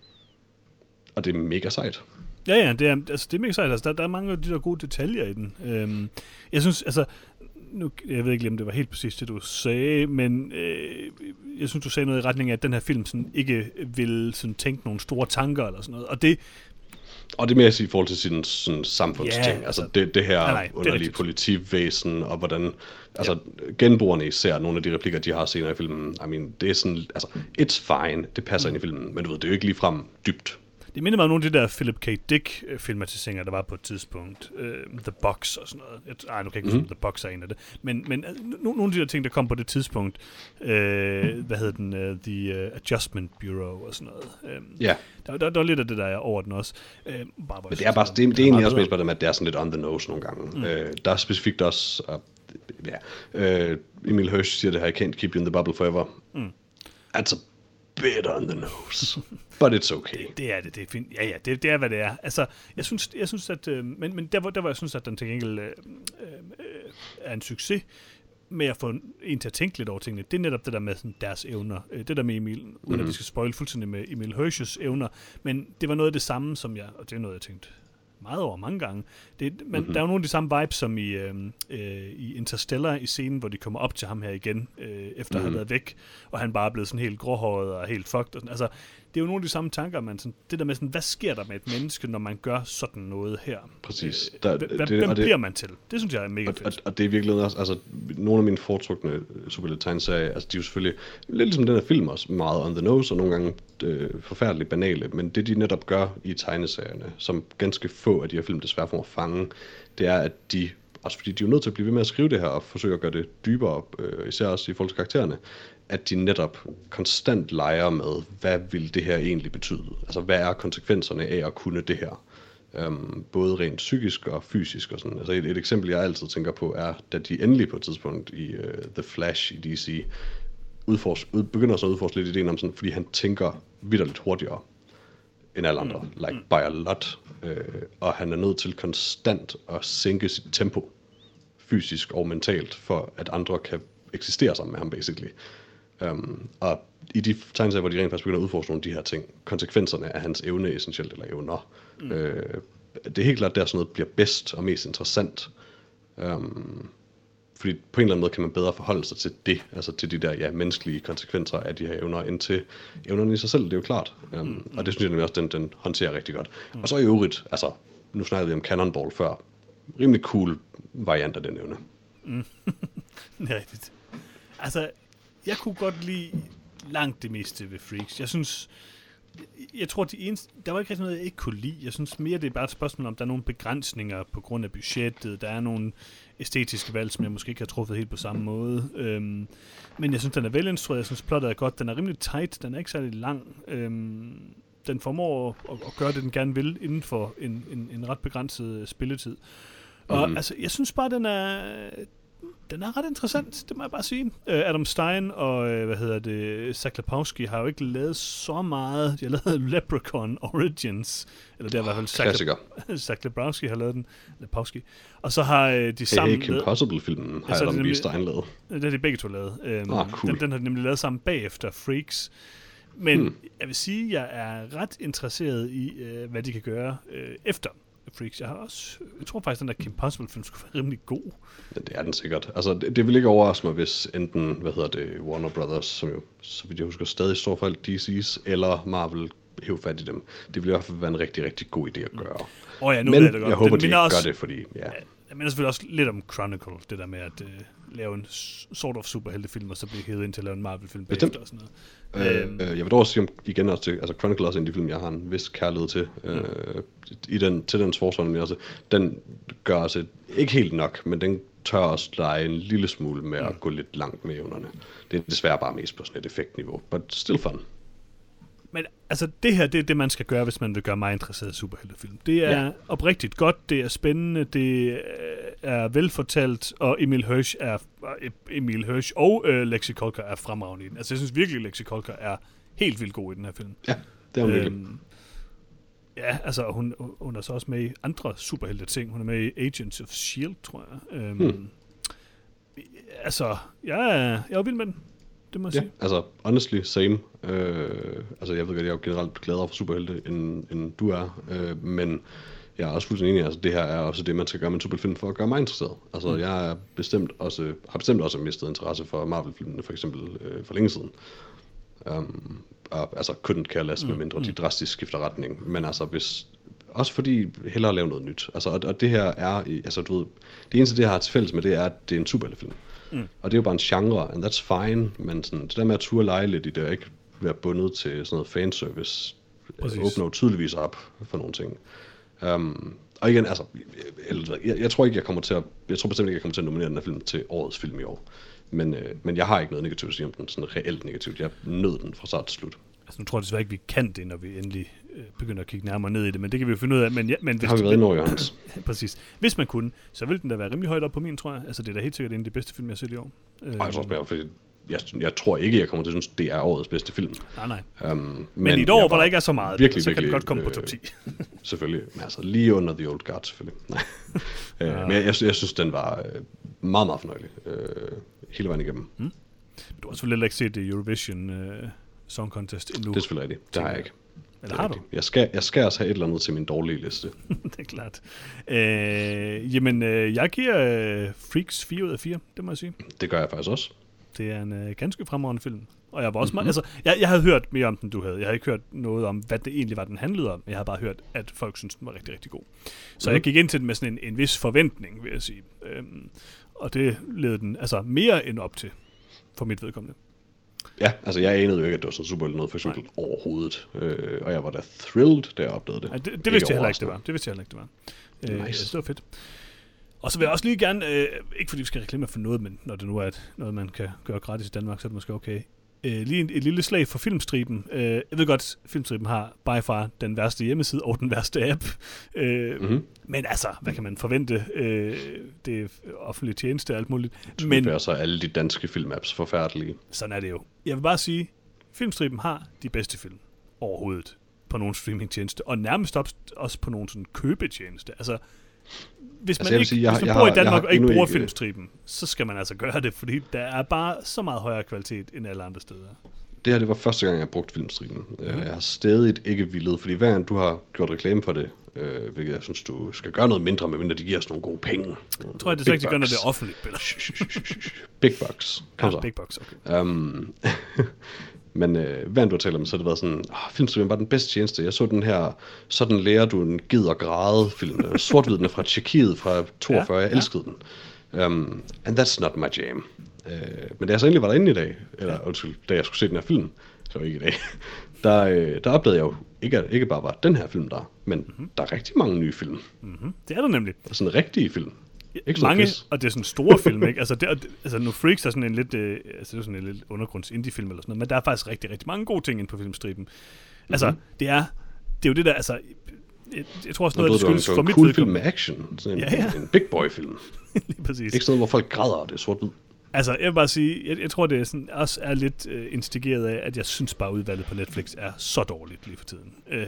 Og det er mega sejt. Ja, ja, det er, altså, det er mega sejt. Altså, der, der er mange af de der gode detaljer i den. Øhm, jeg synes, altså, nu, jeg ved ikke, om det var helt præcis det, du sagde, men øh, jeg synes, du sagde noget i retning af, at den her film sådan, ikke vil sådan, tænke nogle store tanker eller sådan noget. Og det... Og det er mere at sige i forhold til sin sådan, samfundsting. Yeah, altså, altså det, det her nej, nej, underlige politivæsen, og hvordan... Altså, yeah. genboerne især, nogle af de replikker, de har senere i filmen, I mean, det er sådan... Altså, it's fine, det passer mm. ind i filmen, men du ved, det er jo ikke ligefrem dybt. Det minder mig om nogle af de der Philip K. Dick-filmatiseringer, der var på et tidspunkt. Uh, The Box og sådan noget. Jeg, ej, nu kan jeg ikke huske, mm. The Box er en af det. Men, men uh, nogle af de der ting, der kom på det tidspunkt, uh, hvad hedder den? Uh, The uh, Adjustment Bureau og sådan noget. Um, ja. Der, der, der var lidt af det, der er over den også. Uh, bare, men det er, bare, det, det, det er egentlig også mest bare det, at det er sådan lidt on the nose nogle gange. Mm. Uh, der er specifikt også... Uh, ja, uh, Emil Hirsch siger det her, I can't keep you in the bubble forever. Mm. Altså... bit on the nose, but it's okay. Det, det er det, det er fint. Ja, ja, det, det er, hvad det er. Altså, jeg synes, jeg synes at, øh, men, men der, hvor, der, hvor jeg synes, at den til gengæld øh, øh, er en succes med at få en til at tænke lidt over tingene, det er netop det der med sådan, deres evner. Det der med Emil, uden mm-hmm. at vi skal spoil fuldstændig med Emil Hirsch's evner, men det var noget af det samme, som jeg, og det er noget, jeg tænkte meget over mange gange. Det, men mm-hmm. der er jo nogle af de samme vibes, som i, øh, øh, i Interstellar, i scenen, hvor de kommer op til ham her igen, øh, efter mm-hmm. at have været væk, og han bare er blevet sådan helt gråhåret og helt fucked. Og sådan. Altså, det er jo nogle af de samme tanker, man sådan, det der med sådan, hvad sker der med et menneske, når man gør sådan noget her? Præcis. Der, øh, hvem det, hvem bliver man til? Det synes jeg er mega og, fedt. Og, og det er virkelig også, altså, nogle af mine foretrukne superheltetegneserier, altså, de er jo selvfølgelig, lidt ligesom den her film også, meget on the nose, og nogle gange øh, forfærdeligt banale, men det de netop gør i tegneserierne, som ganske få af de her film desværre får at fange, det er, at de, også fordi de er jo nødt til at blive ved med at skrive det her, og forsøge at gøre det dybere, øh, især også i forhold til karaktererne, at de netop konstant leger med, hvad vil det her egentlig betyde? Altså, hvad er konsekvenserne af at kunne det her? Um, både rent psykisk og fysisk og sådan. Altså et, et eksempel, jeg altid tænker på, er, da de endelig på et tidspunkt i uh, The Flash i D C udfors- ud, begynder så at udforske lidt ideen om sådan, fordi han tænker vitterligt hurtigere end alle andre, mm. like by a lot. Uh, og han er nødt til konstant at sænke sit tempo, fysisk og mentalt, for at andre kan eksistere sammen med ham, basically. Um, og i de tegneserier, hvor de rent faktisk begynder at udforske nogle af de her ting, konsekvenserne af hans evne essentielt, eller evner, mm. øh, det er helt klart, at der sådan noget bliver bedst og mest interessant. Um, fordi på en eller anden måde kan man bedre forholde sig til det, altså til de der ja, menneskelige konsekvenser af de her evner, end til evnerne i sig selv, det er jo klart. Um, mm. Og det synes jeg nemlig også, den, den håndterer rigtig godt. Mm. Og så i øvrigt, altså, nu snakkede vi om Cannonball før, rimelig cool variant af den evne. Mm. Det er rigtigt. Altså, jeg kunne godt lide langt det meste ved Freaks. Jeg synes, jeg tror, de eneste, der var ikke rigtig noget, jeg ikke kunne lide. Jeg synes mere, det er bare et spørgsmål om, der er nogle begrænsninger på grund af budgettet. Der er nogle æstetiske valg, som jeg måske ikke har truffet helt på samme måde. Øhm, men jeg synes, den er velinstrueret. Jeg synes, plottet er godt. Den er rimelig tight. Den er ikke særlig lang. Øhm, den formår at, at gøre det, den gerne vil, inden for en, en, en ret begrænset spilletid. Og mm. altså, jeg synes bare, den er... Den er ret interessant, det må jeg bare sige. Uh, Adam Stein og, uh, hvad hedder det, Zach Lepowski har jo ikke lavet så meget. De har lavet Leprechaun Origins, eller det er i hvert fald Zach, Zach Lepowski har lavet den. Lepowski. Og så har uh, de hey, sammen... Hey, Kim Possible-filmen har Adam nemlig, Stein lavet. Det har de begge to lavet. Um, ah, cool. den, den har de nemlig lavet sammen bagefter Freaks. Men hmm. jeg vil sige, at jeg er ret interesseret i, uh, hvad de kan gøre uh, efter Freaks. Jeg har også, jeg tror faktisk, den der Kim Possible-film skulle være rimelig god. Ja, det er den sikkert. Altså, det, det vil ikke overraske mig, hvis enten, hvad hedder det, Warner Brothers, som jo, så vidt jeg husker, stadig står for alt D C's, eller Marvel hæve fat i dem. Det vil i hvert fald være en rigtig, rigtig god idé at gøre. Oh ja, nu men er det godt. Jeg håber, den, de ikke også, gør det, fordi... Ja. Jeg mener selvfølgelig også lidt om Chronicle, det der med at uh, lave en sort of superheltefilm, og så blive hævet ind til at lave en Marvel-film bagefter og sådan noget. Øh, øhm. øh, jeg vil dog også sige om, igen også til, altså Chronicle er også en af de film, jeg har en vis kærlighed til, mm. øh, i den, til dens forsvar, men også, den gør altså ikke helt nok, men den tør også lege en lille smule med at mm. gå lidt langt med evnerne. Det er desværre bare mest på sådan et effektniveau, but still fun. Men altså, det her, det er det, man skal gøre, hvis man vil gøre mig interesseret i superheltefilm. Det er ja. oprigtigt godt, det er spændende, det er velfortalt, og Emil Hirsch er Emil Hirsch og øh, Lexi Kolker er fremragende i den. Altså, jeg synes virkelig, Lexi Kolker er helt vildt god i den her film. Ja, det er hun virkelig. Øhm, ja, altså, hun, hun er så også med i andre superhelte ting. Hun er med i Agents of S H I E L D, tror jeg. Øhm, hmm. Altså, jeg er, jeg er vild med den. Det må jeg ja, sige. altså, honestly, same. Øh, altså, jeg ved godt, jeg er jo generelt gladere for superhelte, end, end du er. Øh, men jeg er også fuldstændig enig. Altså, det her er også det, man skal gøre med en superheltefilm for at gøre mig interesseret. Altså, mm. jeg er bestemt også, har bestemt også mistet interesse for Marvel-filmene, for eksempel, øh, for længe siden. Um, og, altså, couldn't care less, mm. med mindre de drastisk skifter retning. Men altså, hvis... Også fordi hellere lave noget nyt. Altså, og, og det her er... Altså, du ved... Det eneste, det her har til fælles med, det er, at det er en superheltefilm. Mm. Og det er jo bare en genre, and that's fine, men sådan, det der med at turde lege lidt i det, og ikke være bundet til sådan noget fanservice, Præcis. åbner jo tydeligvis op for nogle ting. Um, og igen, altså, jeg, jeg, jeg tror ikke, jeg kommer til at, jeg tror bestemt ikke, jeg kommer til at nominere den her film til årets film i år. Men, øh, men jeg har ikke noget negativt at sige om den, sådan reelt negativt. Jeg nød den fra start til slut. Altså, nu tror jeg desværre ikke, vi kan det, når vi endelig øh, begynder at kigge nærmere ned i det, men det kan vi jo finde ud af. Men, ja, men hvis det har vi været inde over, Johannes. Præcis. Hvis man kunne, så ville den da være rimelig højt op på min, tror jeg. Altså, det er da helt sikkert en af de bedste film, jeg har set i år. Øh, Ej, jeg tror også mere, fordi jeg, jeg tror ikke, jeg kommer til at synes, det er årets bedste film. Nej, nej. Um, men, men i et år, hvor der ikke er så meget, virkelig, så kan det godt komme øh, på top ti. Selvfølgelig. Men altså, lige under The Old Guard, selvfølgelig. Nej. øh, ja. Men jeg, jeg, jeg synes, den var øh, meget, meget fornøjelig. Øh, hele vejen igennem. Hmm. Du har selvfølgelig ikke set det Eurovision uh, Song Contest endnu. Det er selvfølgelig rigtigt. Det har jeg ikke. Eller har du? Jeg skal, jeg skal også have et eller andet til min dårlige liste. Det er klart. Øh, jamen, øh, jeg giver øh, Freaks fire ud af fire, det må jeg sige. Det gør jeg faktisk også. Det er en øh, ganske fremragende film. Og jeg var også mm-hmm. meget, altså, jeg, jeg havde hørt mere om den, du havde. Jeg havde ikke hørt noget om, hvad det egentlig var, den handlede om. Jeg havde bare hørt, at folk syntes, den var rigtig, rigtig god. Så mm. jeg gik ind til den med sådan en, en vis forventning, vil jeg sige. Øhm, og det ledte den altså mere end op til, for mit vedkommende. Ja, altså jeg anede jo ikke, at det var sådan super noget, for eksempel Nej. overhovedet. Øh, og jeg var da thrilled, da jeg opdagede det. Nej, det, det vidste jeg heller ikke, det var. Det vidste jeg heller ikke, det var. Øh, nice. Det var fedt. Og så vil jeg også lige gerne, øh, ikke fordi vi skal reklamere for noget, men når det nu er et, noget, man kan gøre gratis i Danmark, så er det måske okay. Øh, lige et, et lille slag for Filmstriben. Øh, jeg ved godt, Filmstriben har by far den værste hjemmeside og den værste app. Øh, mm-hmm. Men altså, hvad kan man forvente? Øh, det er offentlig tjeneste og alt muligt. Men det er så alle de danske filmapps forfærdelige. Sådan er det jo. Jeg vil bare sige, Filmstriben har de bedste film overhovedet på nogle streamingtjeneste, og nærmest også på nogle sådan købetjeneste. Altså, hvis man, altså, ikke, sige, jeg, hvis man jeg bor har, i Danmark og ikke bruger ikke... Filmstriben, så skal man altså gøre det, fordi der er bare så meget højere kvalitet end alle andre steder. Det her, det var første gang, jeg brugte Filmstriben. Mm. Jeg har stadig ikke villet, fordi hver gang du har gjort reklame for det, øh, hvilket jeg synes, du skal gøre noget mindre, medmindre de giver os nogle gode penge. Jeg tror jeg, det er ikke, de gør, når det er offentligt. Big bucks. Kom ja, så. Big bucks, okay. Um, Men øh, hver en du har talt om, så har det været sådan, oh, Filmstriben var den bedste tjeneste. Jeg så den her, sådan lærer du en gid og græde film. Sort-hvid fra Tjekkiet fra toogfyrre, ja, jeg elskede ja. den. Um, and that's not my jam. Uh, men da jeg så endelig var derinde i dag, eller undskyld, da jeg skulle se den her film, så ikke i dag, der, øh, der oplevede jeg jo, ikke, ikke bare var den her film der, men mm-hmm. der er rigtig mange nye film. Mm-hmm. Det er der nemlig. Der er sådan rigtige film. Ikke mange, og det er sådan store film, ikke? Altså, det, altså nu Freaks er sådan en lidt, øh, altså det er sådan en lidt undergrunds indie-film eller sådan noget, men der er faktisk rigtig, rigtig mange gode ting inde på Filmstriben. Mm-hmm. Altså, det er, det er jo det der, altså, jeg, jeg tror også noget, det skyldes for mit cool film med action, sådan en, ja, ja. en big boy film. Lige præcis. Ikke sådan noget, hvor folk græder, og det er sort-hvid. Altså, jeg vil bare sige, jeg, jeg tror, det er sådan, også er lidt øh, instigeret af, at jeg synes bare, udvalget på Netflix er så dårligt lige for tiden. Øh,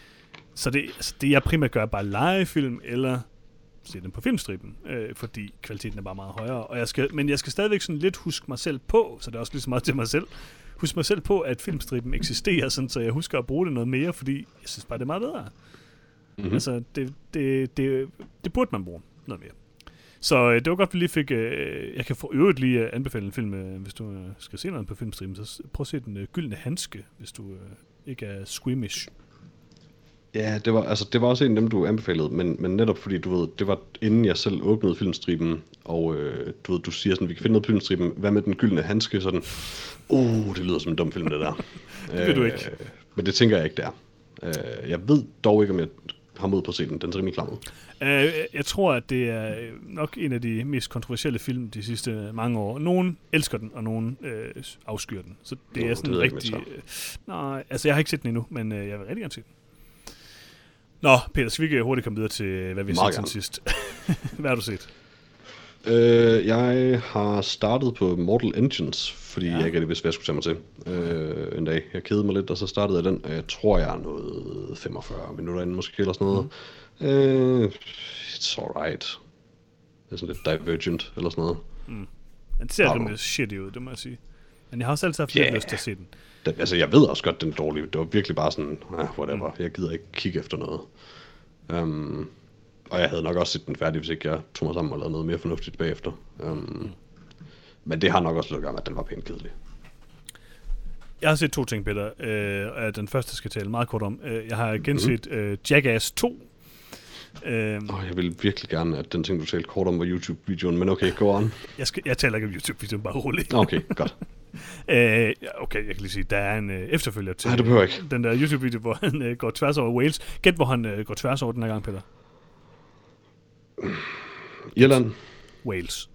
så det, altså, det, jeg primært gør, er bare lege film, eller se den på Filmstriben, øh, fordi kvaliteten er bare meget højere. Og jeg skal, men jeg skal stadigvæk sådan lidt huske mig selv på, så det er også lige så meget til mig selv, huske mig selv på, at Filmstriben eksisterer, sådan, så jeg husker at bruge det noget mere, fordi jeg synes bare, det er meget bedre. Mm-hmm. Altså, det, det, det, det burde man bruge noget mere. Så øh, det var godt, at vi lige fik... Øh, jeg kan for øvrigt lige øh, anbefale en film, øh, hvis du øh, skal se noget på Filmstriben, så prøv at se den øh, Gyldne Handske, hvis du øh, ikke er squeamish. Ja, det var, altså, det var også en af dem, du anbefalede, men, men netop fordi, du ved, det var inden jeg selv åbnede Filmstriben, og øh, du ved, du siger sådan, vi kan finde noget på Filmstriben, hvad med Den Gyldne Handske? Sådan, uh, det lyder som en dum film, det der. Det ved du ikke. Øh, men det tænker jeg ikke, der. Øh, jeg ved dog ikke, om jeg... har mod på at se den. Den ser rimelig klam ud. Uh, jeg tror, at det er nok en af de mest kontroversielle film de sidste mange år. Nogen elsker den, og nogen uh, afskyr den. Så det Nå, er sådan det rigtig... Uh, nej, altså jeg har ikke set den endnu, men uh, jeg vil rigtig gerne se den. Nå, Peter, skal vi ikke hurtigt komme videre til, hvad vi har set siden sidst? Hvad har du set? Øh, jeg har startet på Mortal Engines, fordi ja. jeg ikke rigtig vidste, hvad jeg skulle tage mig til øh, en dag. Jeg kedede mig lidt, og så startede jeg den. Jeg tror, jeg er noget femogfyrre minutter inden, måske, eller sådan noget. Mm. Øh, it's alright. Det er sådan lidt Divergent, eller sådan noget. Mm. Den ser rimelig shitty ud, det må jeg sige. Men jeg har også altid haft yeah. lidt lyst til at se den. den. Altså, jeg ved også godt, den er dårlig. Det var virkelig bare sådan, ah, whatever. Mm. Jeg gider ikke kigge efter noget. Um, Og jeg havde nok også set den færdig, hvis ikke jeg tog mig sammen og lavede noget mere fornuftigt bagefter. Um, mm. Men det har nok også lukket om, at den var pænt kedelig. Jeg har set to ting, Peter. Øh, og den første skal tale meget kort om. Jeg har genset mm-hmm. øh, Jackass to. Øh, oh, jeg vil virkelig gerne, at den ting, du talte kort om, var YouTube-videoen, men okay, go on. Jeg, skal, jeg taler ikke om YouTube-videoen, bare roligt. Okay, godt. øh, okay, jeg kan lige sige, der er en øh, efterfølger til Nej, det behøver ikke. Den der YouTube-video, hvor han øh, går tværs over Wales. Gæt, hvor han øh, går tværs over den her gang, Peter. Irland. Wales.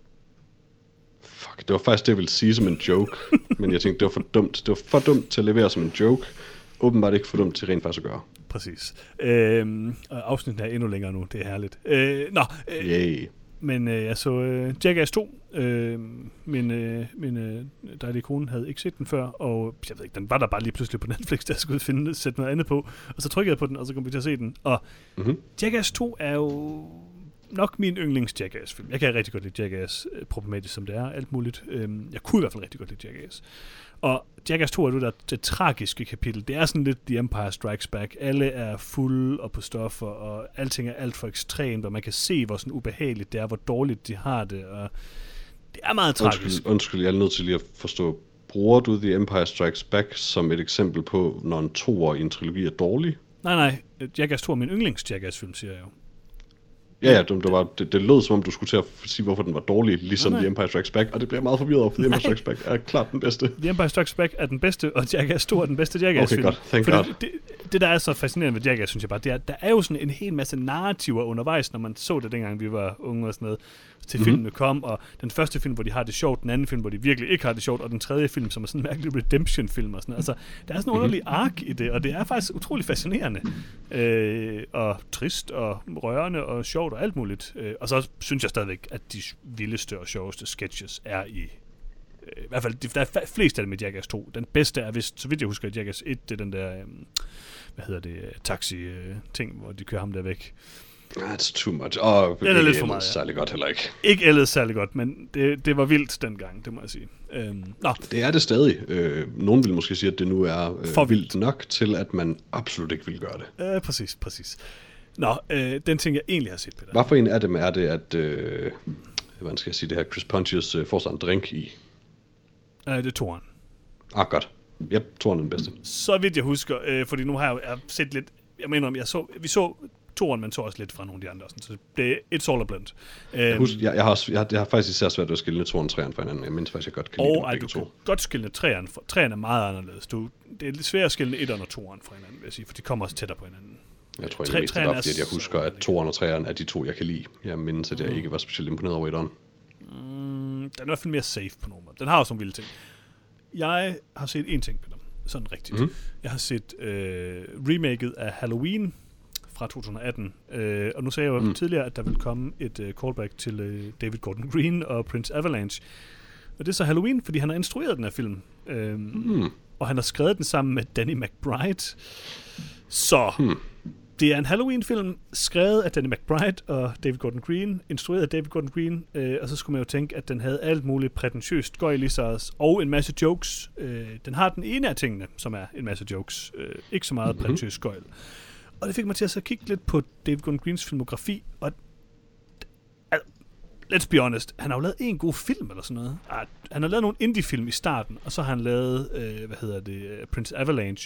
Fuck, det var faktisk det, jeg ville sige som en joke. Men jeg tænkte, det var for dumt. Det var for dumt til at levere som en joke. Åbenbart ikke for dumt til rent faktisk at gøre. Præcis. Øhm, og afsnittet er endnu længere nu. Det er herligt. Øh, nå, øh, Yay. Men øh, jeg så øh, Jackass to. Øh, min øh, min øh, dejlige kone havde ikke set den før, og jeg ved ikke, den var der bare lige pludselig på Netflix, der skulle finde, sætte noget andet på. Og så trykkede jeg på den, og så kom vi til at se den. Og mm-hmm. Jackass to er jo nok min yndlings Jackass-film. Jeg kan rigtig godt lide Jackass, problematisk som det er, alt muligt. Jeg kunne i hvert fald rigtig godt lide Jackass. Og Jackass to er det der det tragiske kapitel. Det er sådan lidt The Empire Strikes Back. Alle er fulde og på stoffer, og alting er alt for ekstremt, og man kan se, hvor sådan ubehageligt det er, hvor dårligt de har det, og det er meget tragisk. Undskyld, undskyld jeg er nødt til lige at forstå. Bruger du The Empire Strikes Back som et eksempel på, når en toer i en trilogi er dårlig? Nej, nej. Jackass to er min yndlings Jackass-film, siger jeg jo. Ja, ja, det, det, var, det, det lød som om, du skulle til at sige, hvorfor den var dårlig, ligesom nej, nej. The Empire Strikes Back, og det bliver meget forvirret over, for The Empire Strikes Back er klart den bedste. The Empire Strikes Back er den bedste, og Jackass to er den bedste Jackass-film. Okay, godt. Thank God. Det, det, det, der er så fascinerende ved Jackass, synes jeg bare, det er, der er jo sådan en hel masse narrativer undervejs, når man så det, dengang vi var unge og sådan noget, til mm-hmm. filmene kom, og den første film, hvor de har det sjovt, den anden film, hvor de virkelig ikke har det sjovt, og den tredje film, som er sådan en mærkelig redemption-film og sådan noget. Altså, der er sådan en underlig ark i det, og det er faktisk utrolig fascinerende, øh, og trist, og rørende, og sjovt, og alt muligt. Øh, og så synes jeg stadigvæk, at de vildeste og sjoveste sketches er i, øh, i hvert fald, der er flest af dem i Jackass to. Den bedste er vist, så vidt jeg husker, i Jackass et, det er den der, øh, hvad hedder det, taxi-ting, øh, hvor de kører ham der væk. That's too much. Åh, oh, det er lidt for meget, ja. Særlig godt heller ikke. Ikke ellers særlig godt, men det, det var vildt dengang, det må jeg sige. Øhm, nå. Det er det stadig. Øh, nogen vil måske sige, at det nu er øh, for vildt nok til, at man absolut ikke vil gøre det. Øh, præcis, præcis. Nå, øh, den ting, jeg egentlig har set, Peter. Hvad for en af dem er det, at, øh, hvordan skal jeg sige det her, Chris Pontius øh, får sig en drink i? Øh, det er toren. Ah, godt. Ja, toren er den bedste. Så vidt jeg husker, øh, fordi nu har jeg, jeg set lidt, jeg mener om, jeg så, vi så toren, men så også lidt fra nogle af de andre. Så det er et all blend. Jeg, husk, jeg, jeg, har også, jeg, har, jeg har faktisk især svært ved at skille toren og træerne fra hinanden. Jeg mindst faktisk, jeg godt kan lide dem begge to. Og du kan godt skille træerne. Træerne er meget anderledes. Du, det er lidt svært at skille etteren og toren fra hinanden, vil jeg sige, for de kommer også tættere på hinanden. Jeg tror egentlig mest, det er, fordi jeg husker, at toeren og træerne er de to, jeg kan lide. Jeg mindes, at jeg mm. ikke var specielt imponeret over etteren. Mm, den er i hvert fald mere safe på nogen måde. Den har også nogle vilde ting. Jeg har set én ting, Peter. Sådan rigtigt. Mm. Jeg har set øh, remaket af Halloween fra to tusind atten. Øh, og nu sagde jeg jo mm. tidligere, at der vil komme et uh, callback til uh, David Gordon Green og Prince Avalanche. Og det er så Halloween, fordi han har instrueret den her film. Øh, mm. Og han har skrevet den sammen med Danny McBride. Så mm. det er en Halloween-film, skrevet af Danny McBride og David Gordon Green, instrueret af David Gordon Green, øh, og så skulle man jo tænke, at den havde alt muligt prætentiøst gøjl i sig, og en masse jokes. Øh, den har den ene af tingene, som er en masse jokes. Øh, ikke så meget mm-hmm. prætentiøst gøjl. Og det fik mig til at så kigge lidt på David Gordon Greens filmografi, og altså, let's be honest, han har jo lavet en god film eller sådan noget. Ah, han har lavet nogle indie-film i starten, og så har han lavet, øh, hvad hedder det, Prince Avalanche.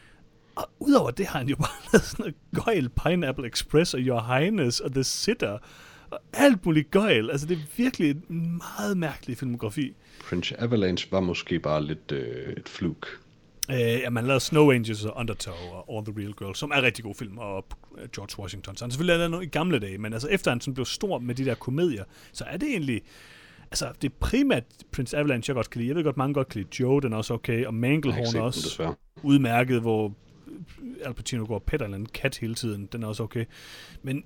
Og udover det har han jo bare lavet sådan noget gøjl, Pineapple Express og Your Highness og The Sitter, og alt muligt gøjl. Altså det er virkelig en meget mærkelig filmografi. Prince Avalanche var måske bare lidt øh, et fluk. Øh, ja, man lavede Snow Angels og Undertow og All the Real Girls, som er rigtig gode film, og George Washington. Så han selvfølgelig lavede noget i gamle dage, men altså efter han sådan blev stor med de der komedier, så er det egentlig... Altså, det er primært Prince Avalanche, jeg godt kan lide. Jeg ved godt, mange godt kan lide Joe, den er også okay, og Manglehorn er også desværre. udmærket, hvor Al Pacino går og petter en eller anden kat hele tiden. Den er også okay. Men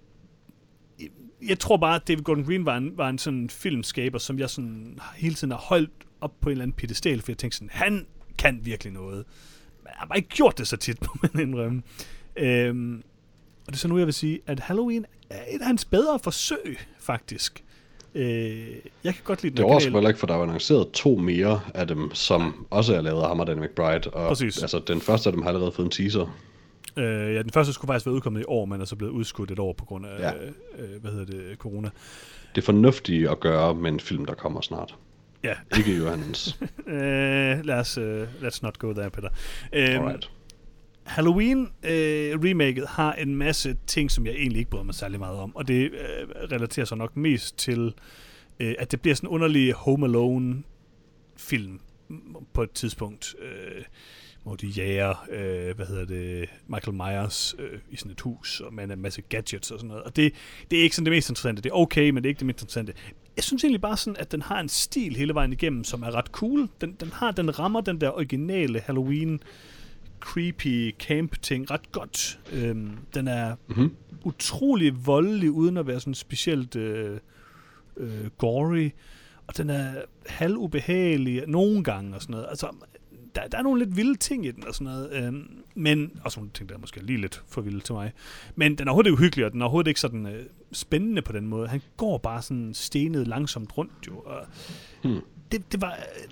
jeg tror bare, at David Gordon Green var en, var en sådan filmskaber, som jeg sådan hele tiden har holdt op på en eller anden pedestal, for jeg tænkte sådan, han kan virkelig noget. Men jeg har bare ikke gjort det så tit, på min indrømme. Øhm, og det er så nu, jeg vil sige, at Halloween er et af hans bedre forsøg, faktisk. Øh, jeg kan godt lide den. Det overrasker heller ikke, for der var annonceret to mere af dem, som også er lavet af ham og Danny McBride. Og præcis. Altså, den første af dem har allerede fået en teaser. Øh, ja, den første skulle faktisk være udkommet i år, men er så blevet udskudt et år på grund af, ja. øh, hvad hedder det, corona. Det er fornuftigt at gøre med en film, der kommer snart. Ja. Ikke Johannes. øh, lad os, uh, let's not go there, Peter. Øh, Alright. Halloween øh, remaket har en masse ting, som jeg egentlig ikke bryder mig særlig meget om, og det øh, relaterer sig nok mest til, øh, at det bliver sådan en underlig Home Alone-film på et tidspunkt, øh, hvor de jager, øh, hvad hedder det, Michael Myers øh, i sådan et hus, og med en masse gadgets og sådan noget, og det, det er ikke sådan det mest interessante. Det er okay, men det er ikke det mest interessante. Jeg synes egentlig bare sådan, at den har en stil hele vejen igennem, som er ret cool. Den, den, har, den rammer den der originale Halloween creepy camp-ting ret godt. Øhm, den er mm-hmm. utrolig voldelig, uden at være sådan specielt øh, øh, gory, og den er halvubehagelig nogle gange og sådan noget. Altså, der, der er nogle lidt vilde ting i den og sådan noget, øhm, men, også nogle ting, der er måske lige lidt for vilde til mig, men den er overhovedet ikke uhyggelig, og den er overhovedet ikke sådan øh, spændende på den måde. Han går bare sådan stenet langsomt rundt, jo, og hmm. det, det var... Øh,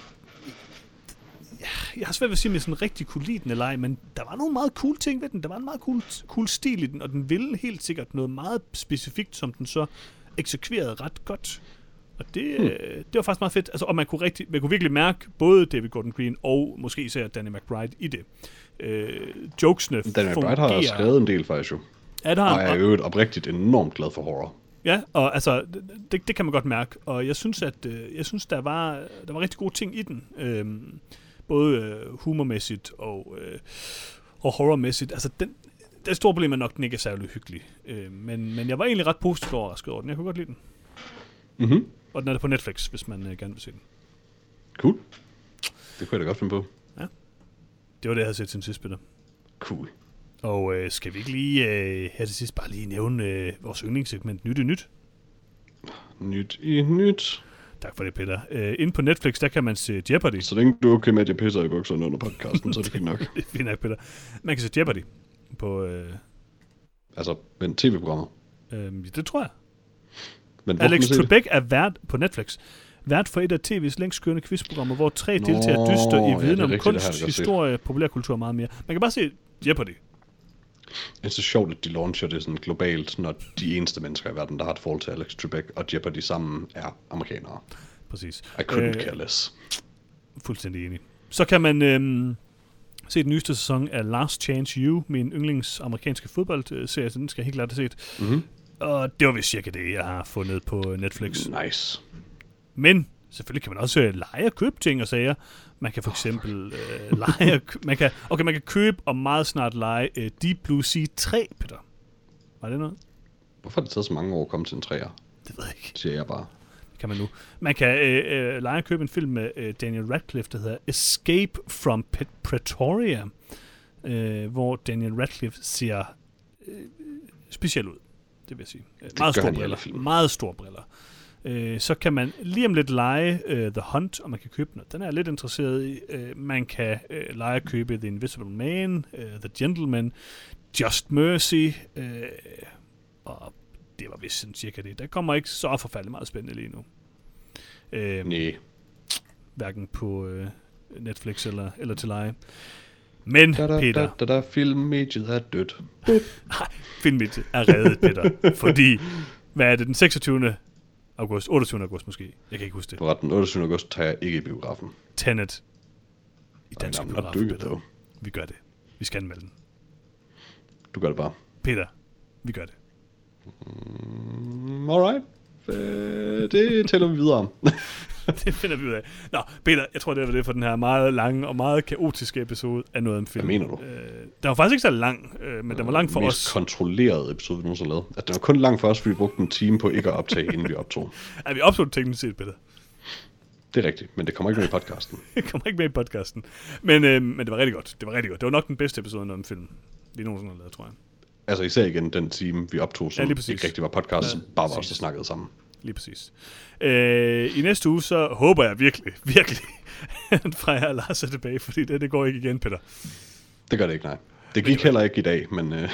jeg har svært ved at sige, at jeg sådan rigtig kunne lide den eller ej, men der var nogle meget cool ting ved den. Der var en meget cool, cool stil i den, og den ville helt sikkert noget meget specifikt, som den så eksekverede ret godt. Og det, hmm. øh, det var faktisk meget fedt. Altså, og man kunne, rigtig, man kunne virkelig mærke både David Gordon Green og måske især Danny McBride i det. Øh, jokesene Danny McBride har skrevet en del faktisk jo. Ja, det har og jeg er jo oprigtigt enormt glad for horror. Ja, og altså, det, det kan man godt mærke. Og jeg synes, at øh, jeg synes, der var, der var rigtig gode ting i den. Øh, både øh, humormæssigt og, øh, og horrormæssigt. Altså, den, det store problem er nok, den ikke er særlig hyggelig. Øh, men, men jeg var egentlig ret positivt overrasket over den. Jeg kunne godt lide den. Mhm. Og den er på Netflix, hvis man øh, gerne vil se den. Cool. Det kunne jeg da godt finde på. Ja. Det var det, jeg havde set til sidst, Peter. Cool. Og øh, skal vi ikke lige øh, her til sidst bare lige nævne øh, vores yndlingssegment Nyt i Nyt? Nyt i Nyt. Tak for det, Peter. Uh, inde på Netflix, der kan man se Jeopardy. Så længe du er okay med, at jeg pisser i bukserne under podcasten, så er det fint nok. Det er fint nok, Peter. Man kan se Jeopardy på... Uh... Altså, men tv-programmer? Uh, det tror jeg. Men Alex Trebek er vært på Netflix. Vært for et af tv's længst kørende quizprogrammer, hvor tre Nå, deltagere dyster i viden ja, om rigtigt, kunst, historie, populærkultur og meget mere. Man kan bare se Jeopardy. Det er så sjovt, at de launcher det sådan globalt, når de eneste mennesker i verden, der har et forhold til Alex Trebek og Jeopardy sammen, er amerikanere. Præcis. I couldn't øh, care less. Fuldstændig enig. Så kan man øhm, se den nyeste sæson af Last Chance U, min yndlings amerikanske fodboldserie, den skal jeg helt klart have set. Mm-hmm. Og det var vist cirka det, jeg har fundet på Netflix. Nice. Men selvfølgelig kan man også øh, lege og købe ting og sager. Man kan for eksempel øh, lege, man kan, okay, man kan købe og meget snart lege øh, Deep Blue Sea tre, Peter. Var det noget? Hvorfor har det taget så mange år at komme til en træer? Det ved jeg ikke. Siger jeg bare. Det kan man nu. Man kan øh, øh, lege og købe en film med øh, Daniel Radcliffe, der hedder Escape from P- Pretoria, øh, hvor Daniel Radcliffe ser øh, speciel ud, det vil jeg sige. Øh, meget store briller. Meget store briller. Øh, så kan man lige om lidt lege uh, The Hunt, og man kan købe den. Den er jeg lidt interesseret i. Uh, man kan uh, lege og købe The Invisible Man, uh, The Gentleman, Just Mercy, uh, og det var vist sådan cirka det. Der kommer ikke så forfærdeligt meget spændende lige nu. Uh, Nej. Hverken på uh, Netflix eller, eller til lege. Men, da, da, Peter... Da, da, da, filmmediet er dødt. Nej, filmmediet er reddet, Peter. Fordi, hvad er det, den seksogtyvende august, otteogtyvende august måske. Jeg kan ikke huske det. På den otteogtyvende august tager jeg ikke i biografen. Tenet i dansk biograf. Dykket, vi gør det. Vi skal anmelde den. Du gør det bare. Peter, vi gør det. Mm, alright. Øh, det tæller vi videre om. Det finder vi ud af. Nå, Peter, jeg tror, det var det for den her meget lange og meget kaotiske episode af Noget om Film. Hvad mener du? Øh, den var faktisk ikke så lang, øh, men den var lang for mest os. kontrollerede episode, vi nogensinde har lavet. At den var kun lang for os, fordi vi brugte en time på ikke at optage, inden vi optog. Ja, vi optog teknisk set, Peter. Det er rigtigt, men det kommer ikke med i podcasten. Det kommer ikke med i podcasten. Men, øh, men det var rigtig godt. Det var rigtig godt. Det var nok den bedste episode af Noget om Film, vi nogensinde har lavet, tror jeg. Altså især igen den time, vi optog, som ja, ikke rigtig var podcast, ja, som bare var os, der snakkede sammen. Lige præcis. Øh, I næste uge, så håber jeg virkelig, virkelig, at Freja og Lars er tilbage, fordi det, det går ikke igen, Peter. Det gør det ikke, nej. Det gik det heller ikke i dag, men... Øh...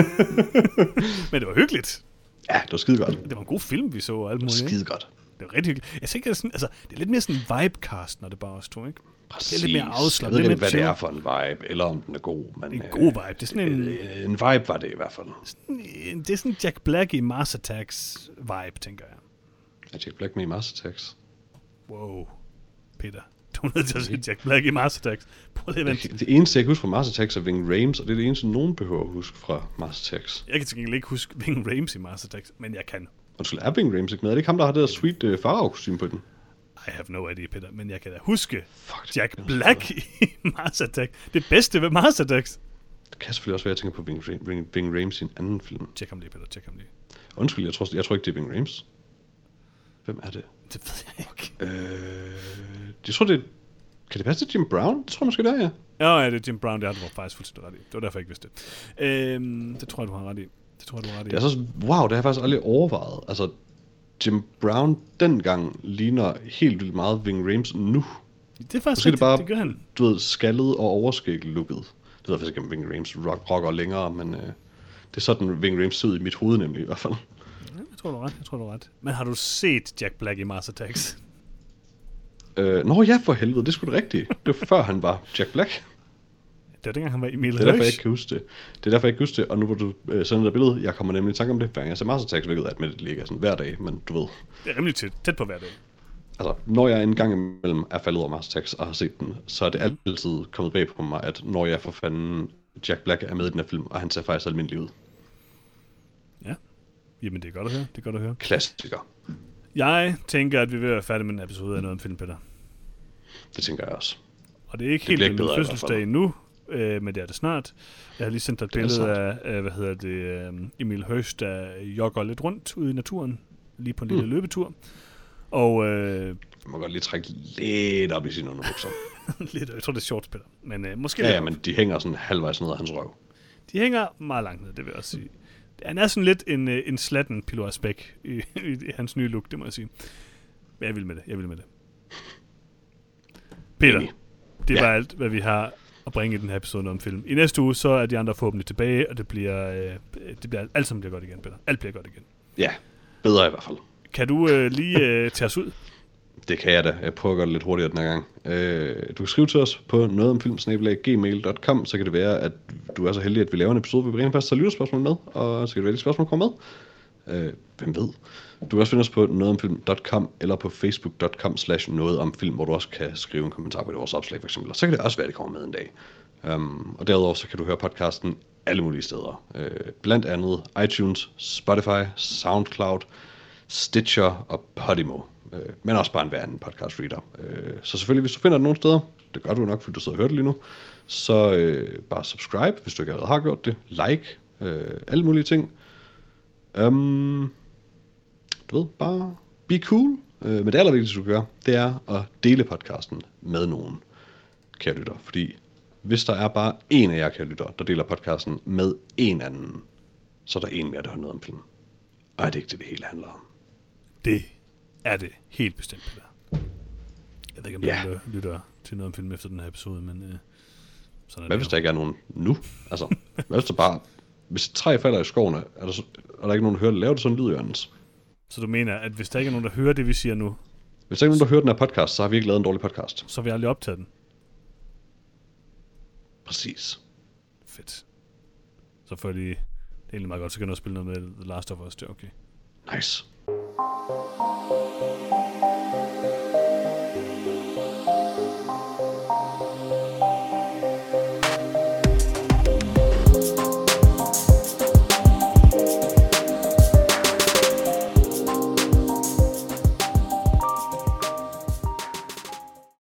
men det var hyggeligt. Ja, det var skide godt. Det var en god film, vi så og alt muligt. Skide godt. Det var rigtig hyggeligt. Jeg tænker, det er, sådan, altså, det er lidt mere sådan en vibecast, når det bare er os to, ikke? Præcis. Det er lidt mere afslappet. Jeg ved ikke, hvad det er for en vibe, eller om den er god. Men, en god vibe. Det er sådan en... En, en vibe var det i hvert fald. Sådan en, det er sådan Jack Black i Mars Attacks vibe, tænker jeg. Er Jack Black med i Mars Attacks? Wow. Peter, du er nødt til at se Jack Black i Mars Attacks. Prøv lige at det, det eneste, jeg kan huske fra Mars Attacks er Ving Rhames, og det er det eneste, nogen behøver at huske fra Mars Attacks. Jeg kan til gengæld ikke huske Ving Rhames i Mars Attacks, men jeg kan. Undskyld, er Ving Rhames ikke med? Er det ikke ham, der har det der sweet uh, Farao-kostyme på den? I have no idea, Peter, men jeg kan da huske Fuck, Jack Black i Mars Attacks. Det bedste ved Mars Attacks. Det kan selvfølgelig også være, at jeg tænker på Ving, Ving, Ving Rhames i en anden film. Tjek ham lige, Peter, tjek ham lige. Undskyld, jeg tror, jeg tror ikke, det er Ving Rhames. Hvem er det? Det ved jeg ikke. Øh, jeg tror, det er... Kan det passe til Jim Brown? Det tror jeg måske, det er, ja. Ja, ja, det er Jim Brown, det har du faktisk fuldstændig ret i. Det var derfor, jeg ikke vidste det. Øhm, det tror jeg, du har ret i. Det tror jeg, du har ret i. Det er så... Wow, det har jeg faktisk aldrig overvejet. Altså, Jim Brown dengang ligner helt vildt meget Ving Rhames nu. Det er faktisk måske det bare, det gør han. Du ved, skaldet og overskæg-looket. Det ved jeg faktisk ikke, om Ving Rhames rock, rocker længere, men øh, det er sådan, Ving Rhames ser ud i mit hoved nemlig i hvert fald. Ja, jeg tror, du er ret. Jeg tror, du er ret. Men har du set Jack Black i Mars Attacks? Øh, nå ja, for helvede, det skulle det rigtigt. Det var før han var Jack Black. Det var dengang, han var Emil Hirsch. Det er derfor, jeg ikke kan huske det. Det er derfor, jeg ikke kan huske det, og nu hvor du øh, sender det billede, jeg kommer nemlig i tanke om det, hver gang jeg ser Mars Attacks, hvilket er, at det ligger sådan hver dag, men du ved. Det er rimelig tæt, tæt på hver dag. Altså, når jeg en gang imellem er faldet over Mars Attacks og har set den, så er det altid kommet bag på mig, at når jeg for fanden Jack Black er med i den her film, og han ser faktisk almindelig ud. Ja, jamen det er godt at høre, det er godt at høre. Klassiker. Jeg tænker, at vi vil være færdige med en episode af Noget om Film, Peter. Det tænker jeg også. Og det er ikke det helt min fødselsdag endnu, øh, men det er det snart. Jeg har lige sendt dig et billede af, af, hvad hedder det, øh, Emil Hirsch, der jogger lidt rundt ude i naturen, lige på en lille mm. løbetur. Og øh, du må godt lige trække lidt op i sine underbukser. lidt, jeg tror det er shorts, Peter. Men øh, måske ja, ja, men de hænger sådan halvvejs ned af hans røv. De hænger meget langt ned, det vil jeg også sige. Han er sådan lidt en, en slatten Pilo Asbæk i, i, i hans nye look, det må jeg sige. Men jeg vil med det, jeg vil med det. Peter, det er ja. bare alt, hvad vi har at bringe i den her episode om film. I næste uge, så er de andre forhåbentlig tilbage, og det bliver, øh, det bliver alt sammen bliver godt igen, Peter. Alt bliver godt igen. Ja, bedre i hvert fald. Kan du øh, lige øh, tage os ud? Det kan jeg da. Jeg prøver at gøre det lidt hurtigere den her gang. Øh, du kan skrive til os på nogetomfilm snabel-a gmail punktum com, så kan det være, at du er så heldig, at vi laver en episode, hvor vi rent faktisk tager lytterspørgsmål med, og så kan det være, at de spørgsmål kommer med. Øh, hvem ved? Du kan også finde os på nogetomfilm punktum com eller på facebook punktum com slash nogetomfilm, hvor du også kan skrive en kommentar på det vores opslag for eksempel. Og så kan det også være, at det kommer med en dag. Um, og derudover så kan du høre podcasten alle mulige steder. Øh, blandt andet iTunes, Spotify, SoundCloud, Stitcher og Podimo. Øh, men også bare en hver anden podcast reader. Øh, så selvfølgelig, hvis du finder det nogle steder, det gør du nok, fordi du sidder og hører det lige nu, så øh, bare subscribe, hvis du ikke allerede har gjort det. Like, øh, alle mulige ting. Um, du ved, bare be cool. Øh, men det allervigtigste, du gør, det er at dele podcasten med nogen, kære lytter. Fordi hvis der er bare en af jer, kære lytter, der deler podcasten med en anden, så er der en mere, der har noget om film. Og er det ikke det, det hele handler om? Det er det helt bestemt, Peter. Jeg ved ikke, om ja. du lytter til noget om film efter den her episode, men øh, sådan er hvad det hvis der ikke er nogen nu? Altså, hvad hvis der bare... Hvis et træ falder i skoven, er der, så, er der ikke nogen, der hører det, laver det sådan en lyd, Jørgens? Så du mener, at hvis der ikke er nogen, der hører det, vi siger nu... Hvis der ikke er nogen, der hører den her podcast, så har vi ikke lavet en dårlig podcast. Så har vi aldrig optaget den. Præcis. Fedt. Så får jeg lige... Det er egentlig meget godt, så kan du også spille noget med The Last of Us, det er okay. Nice.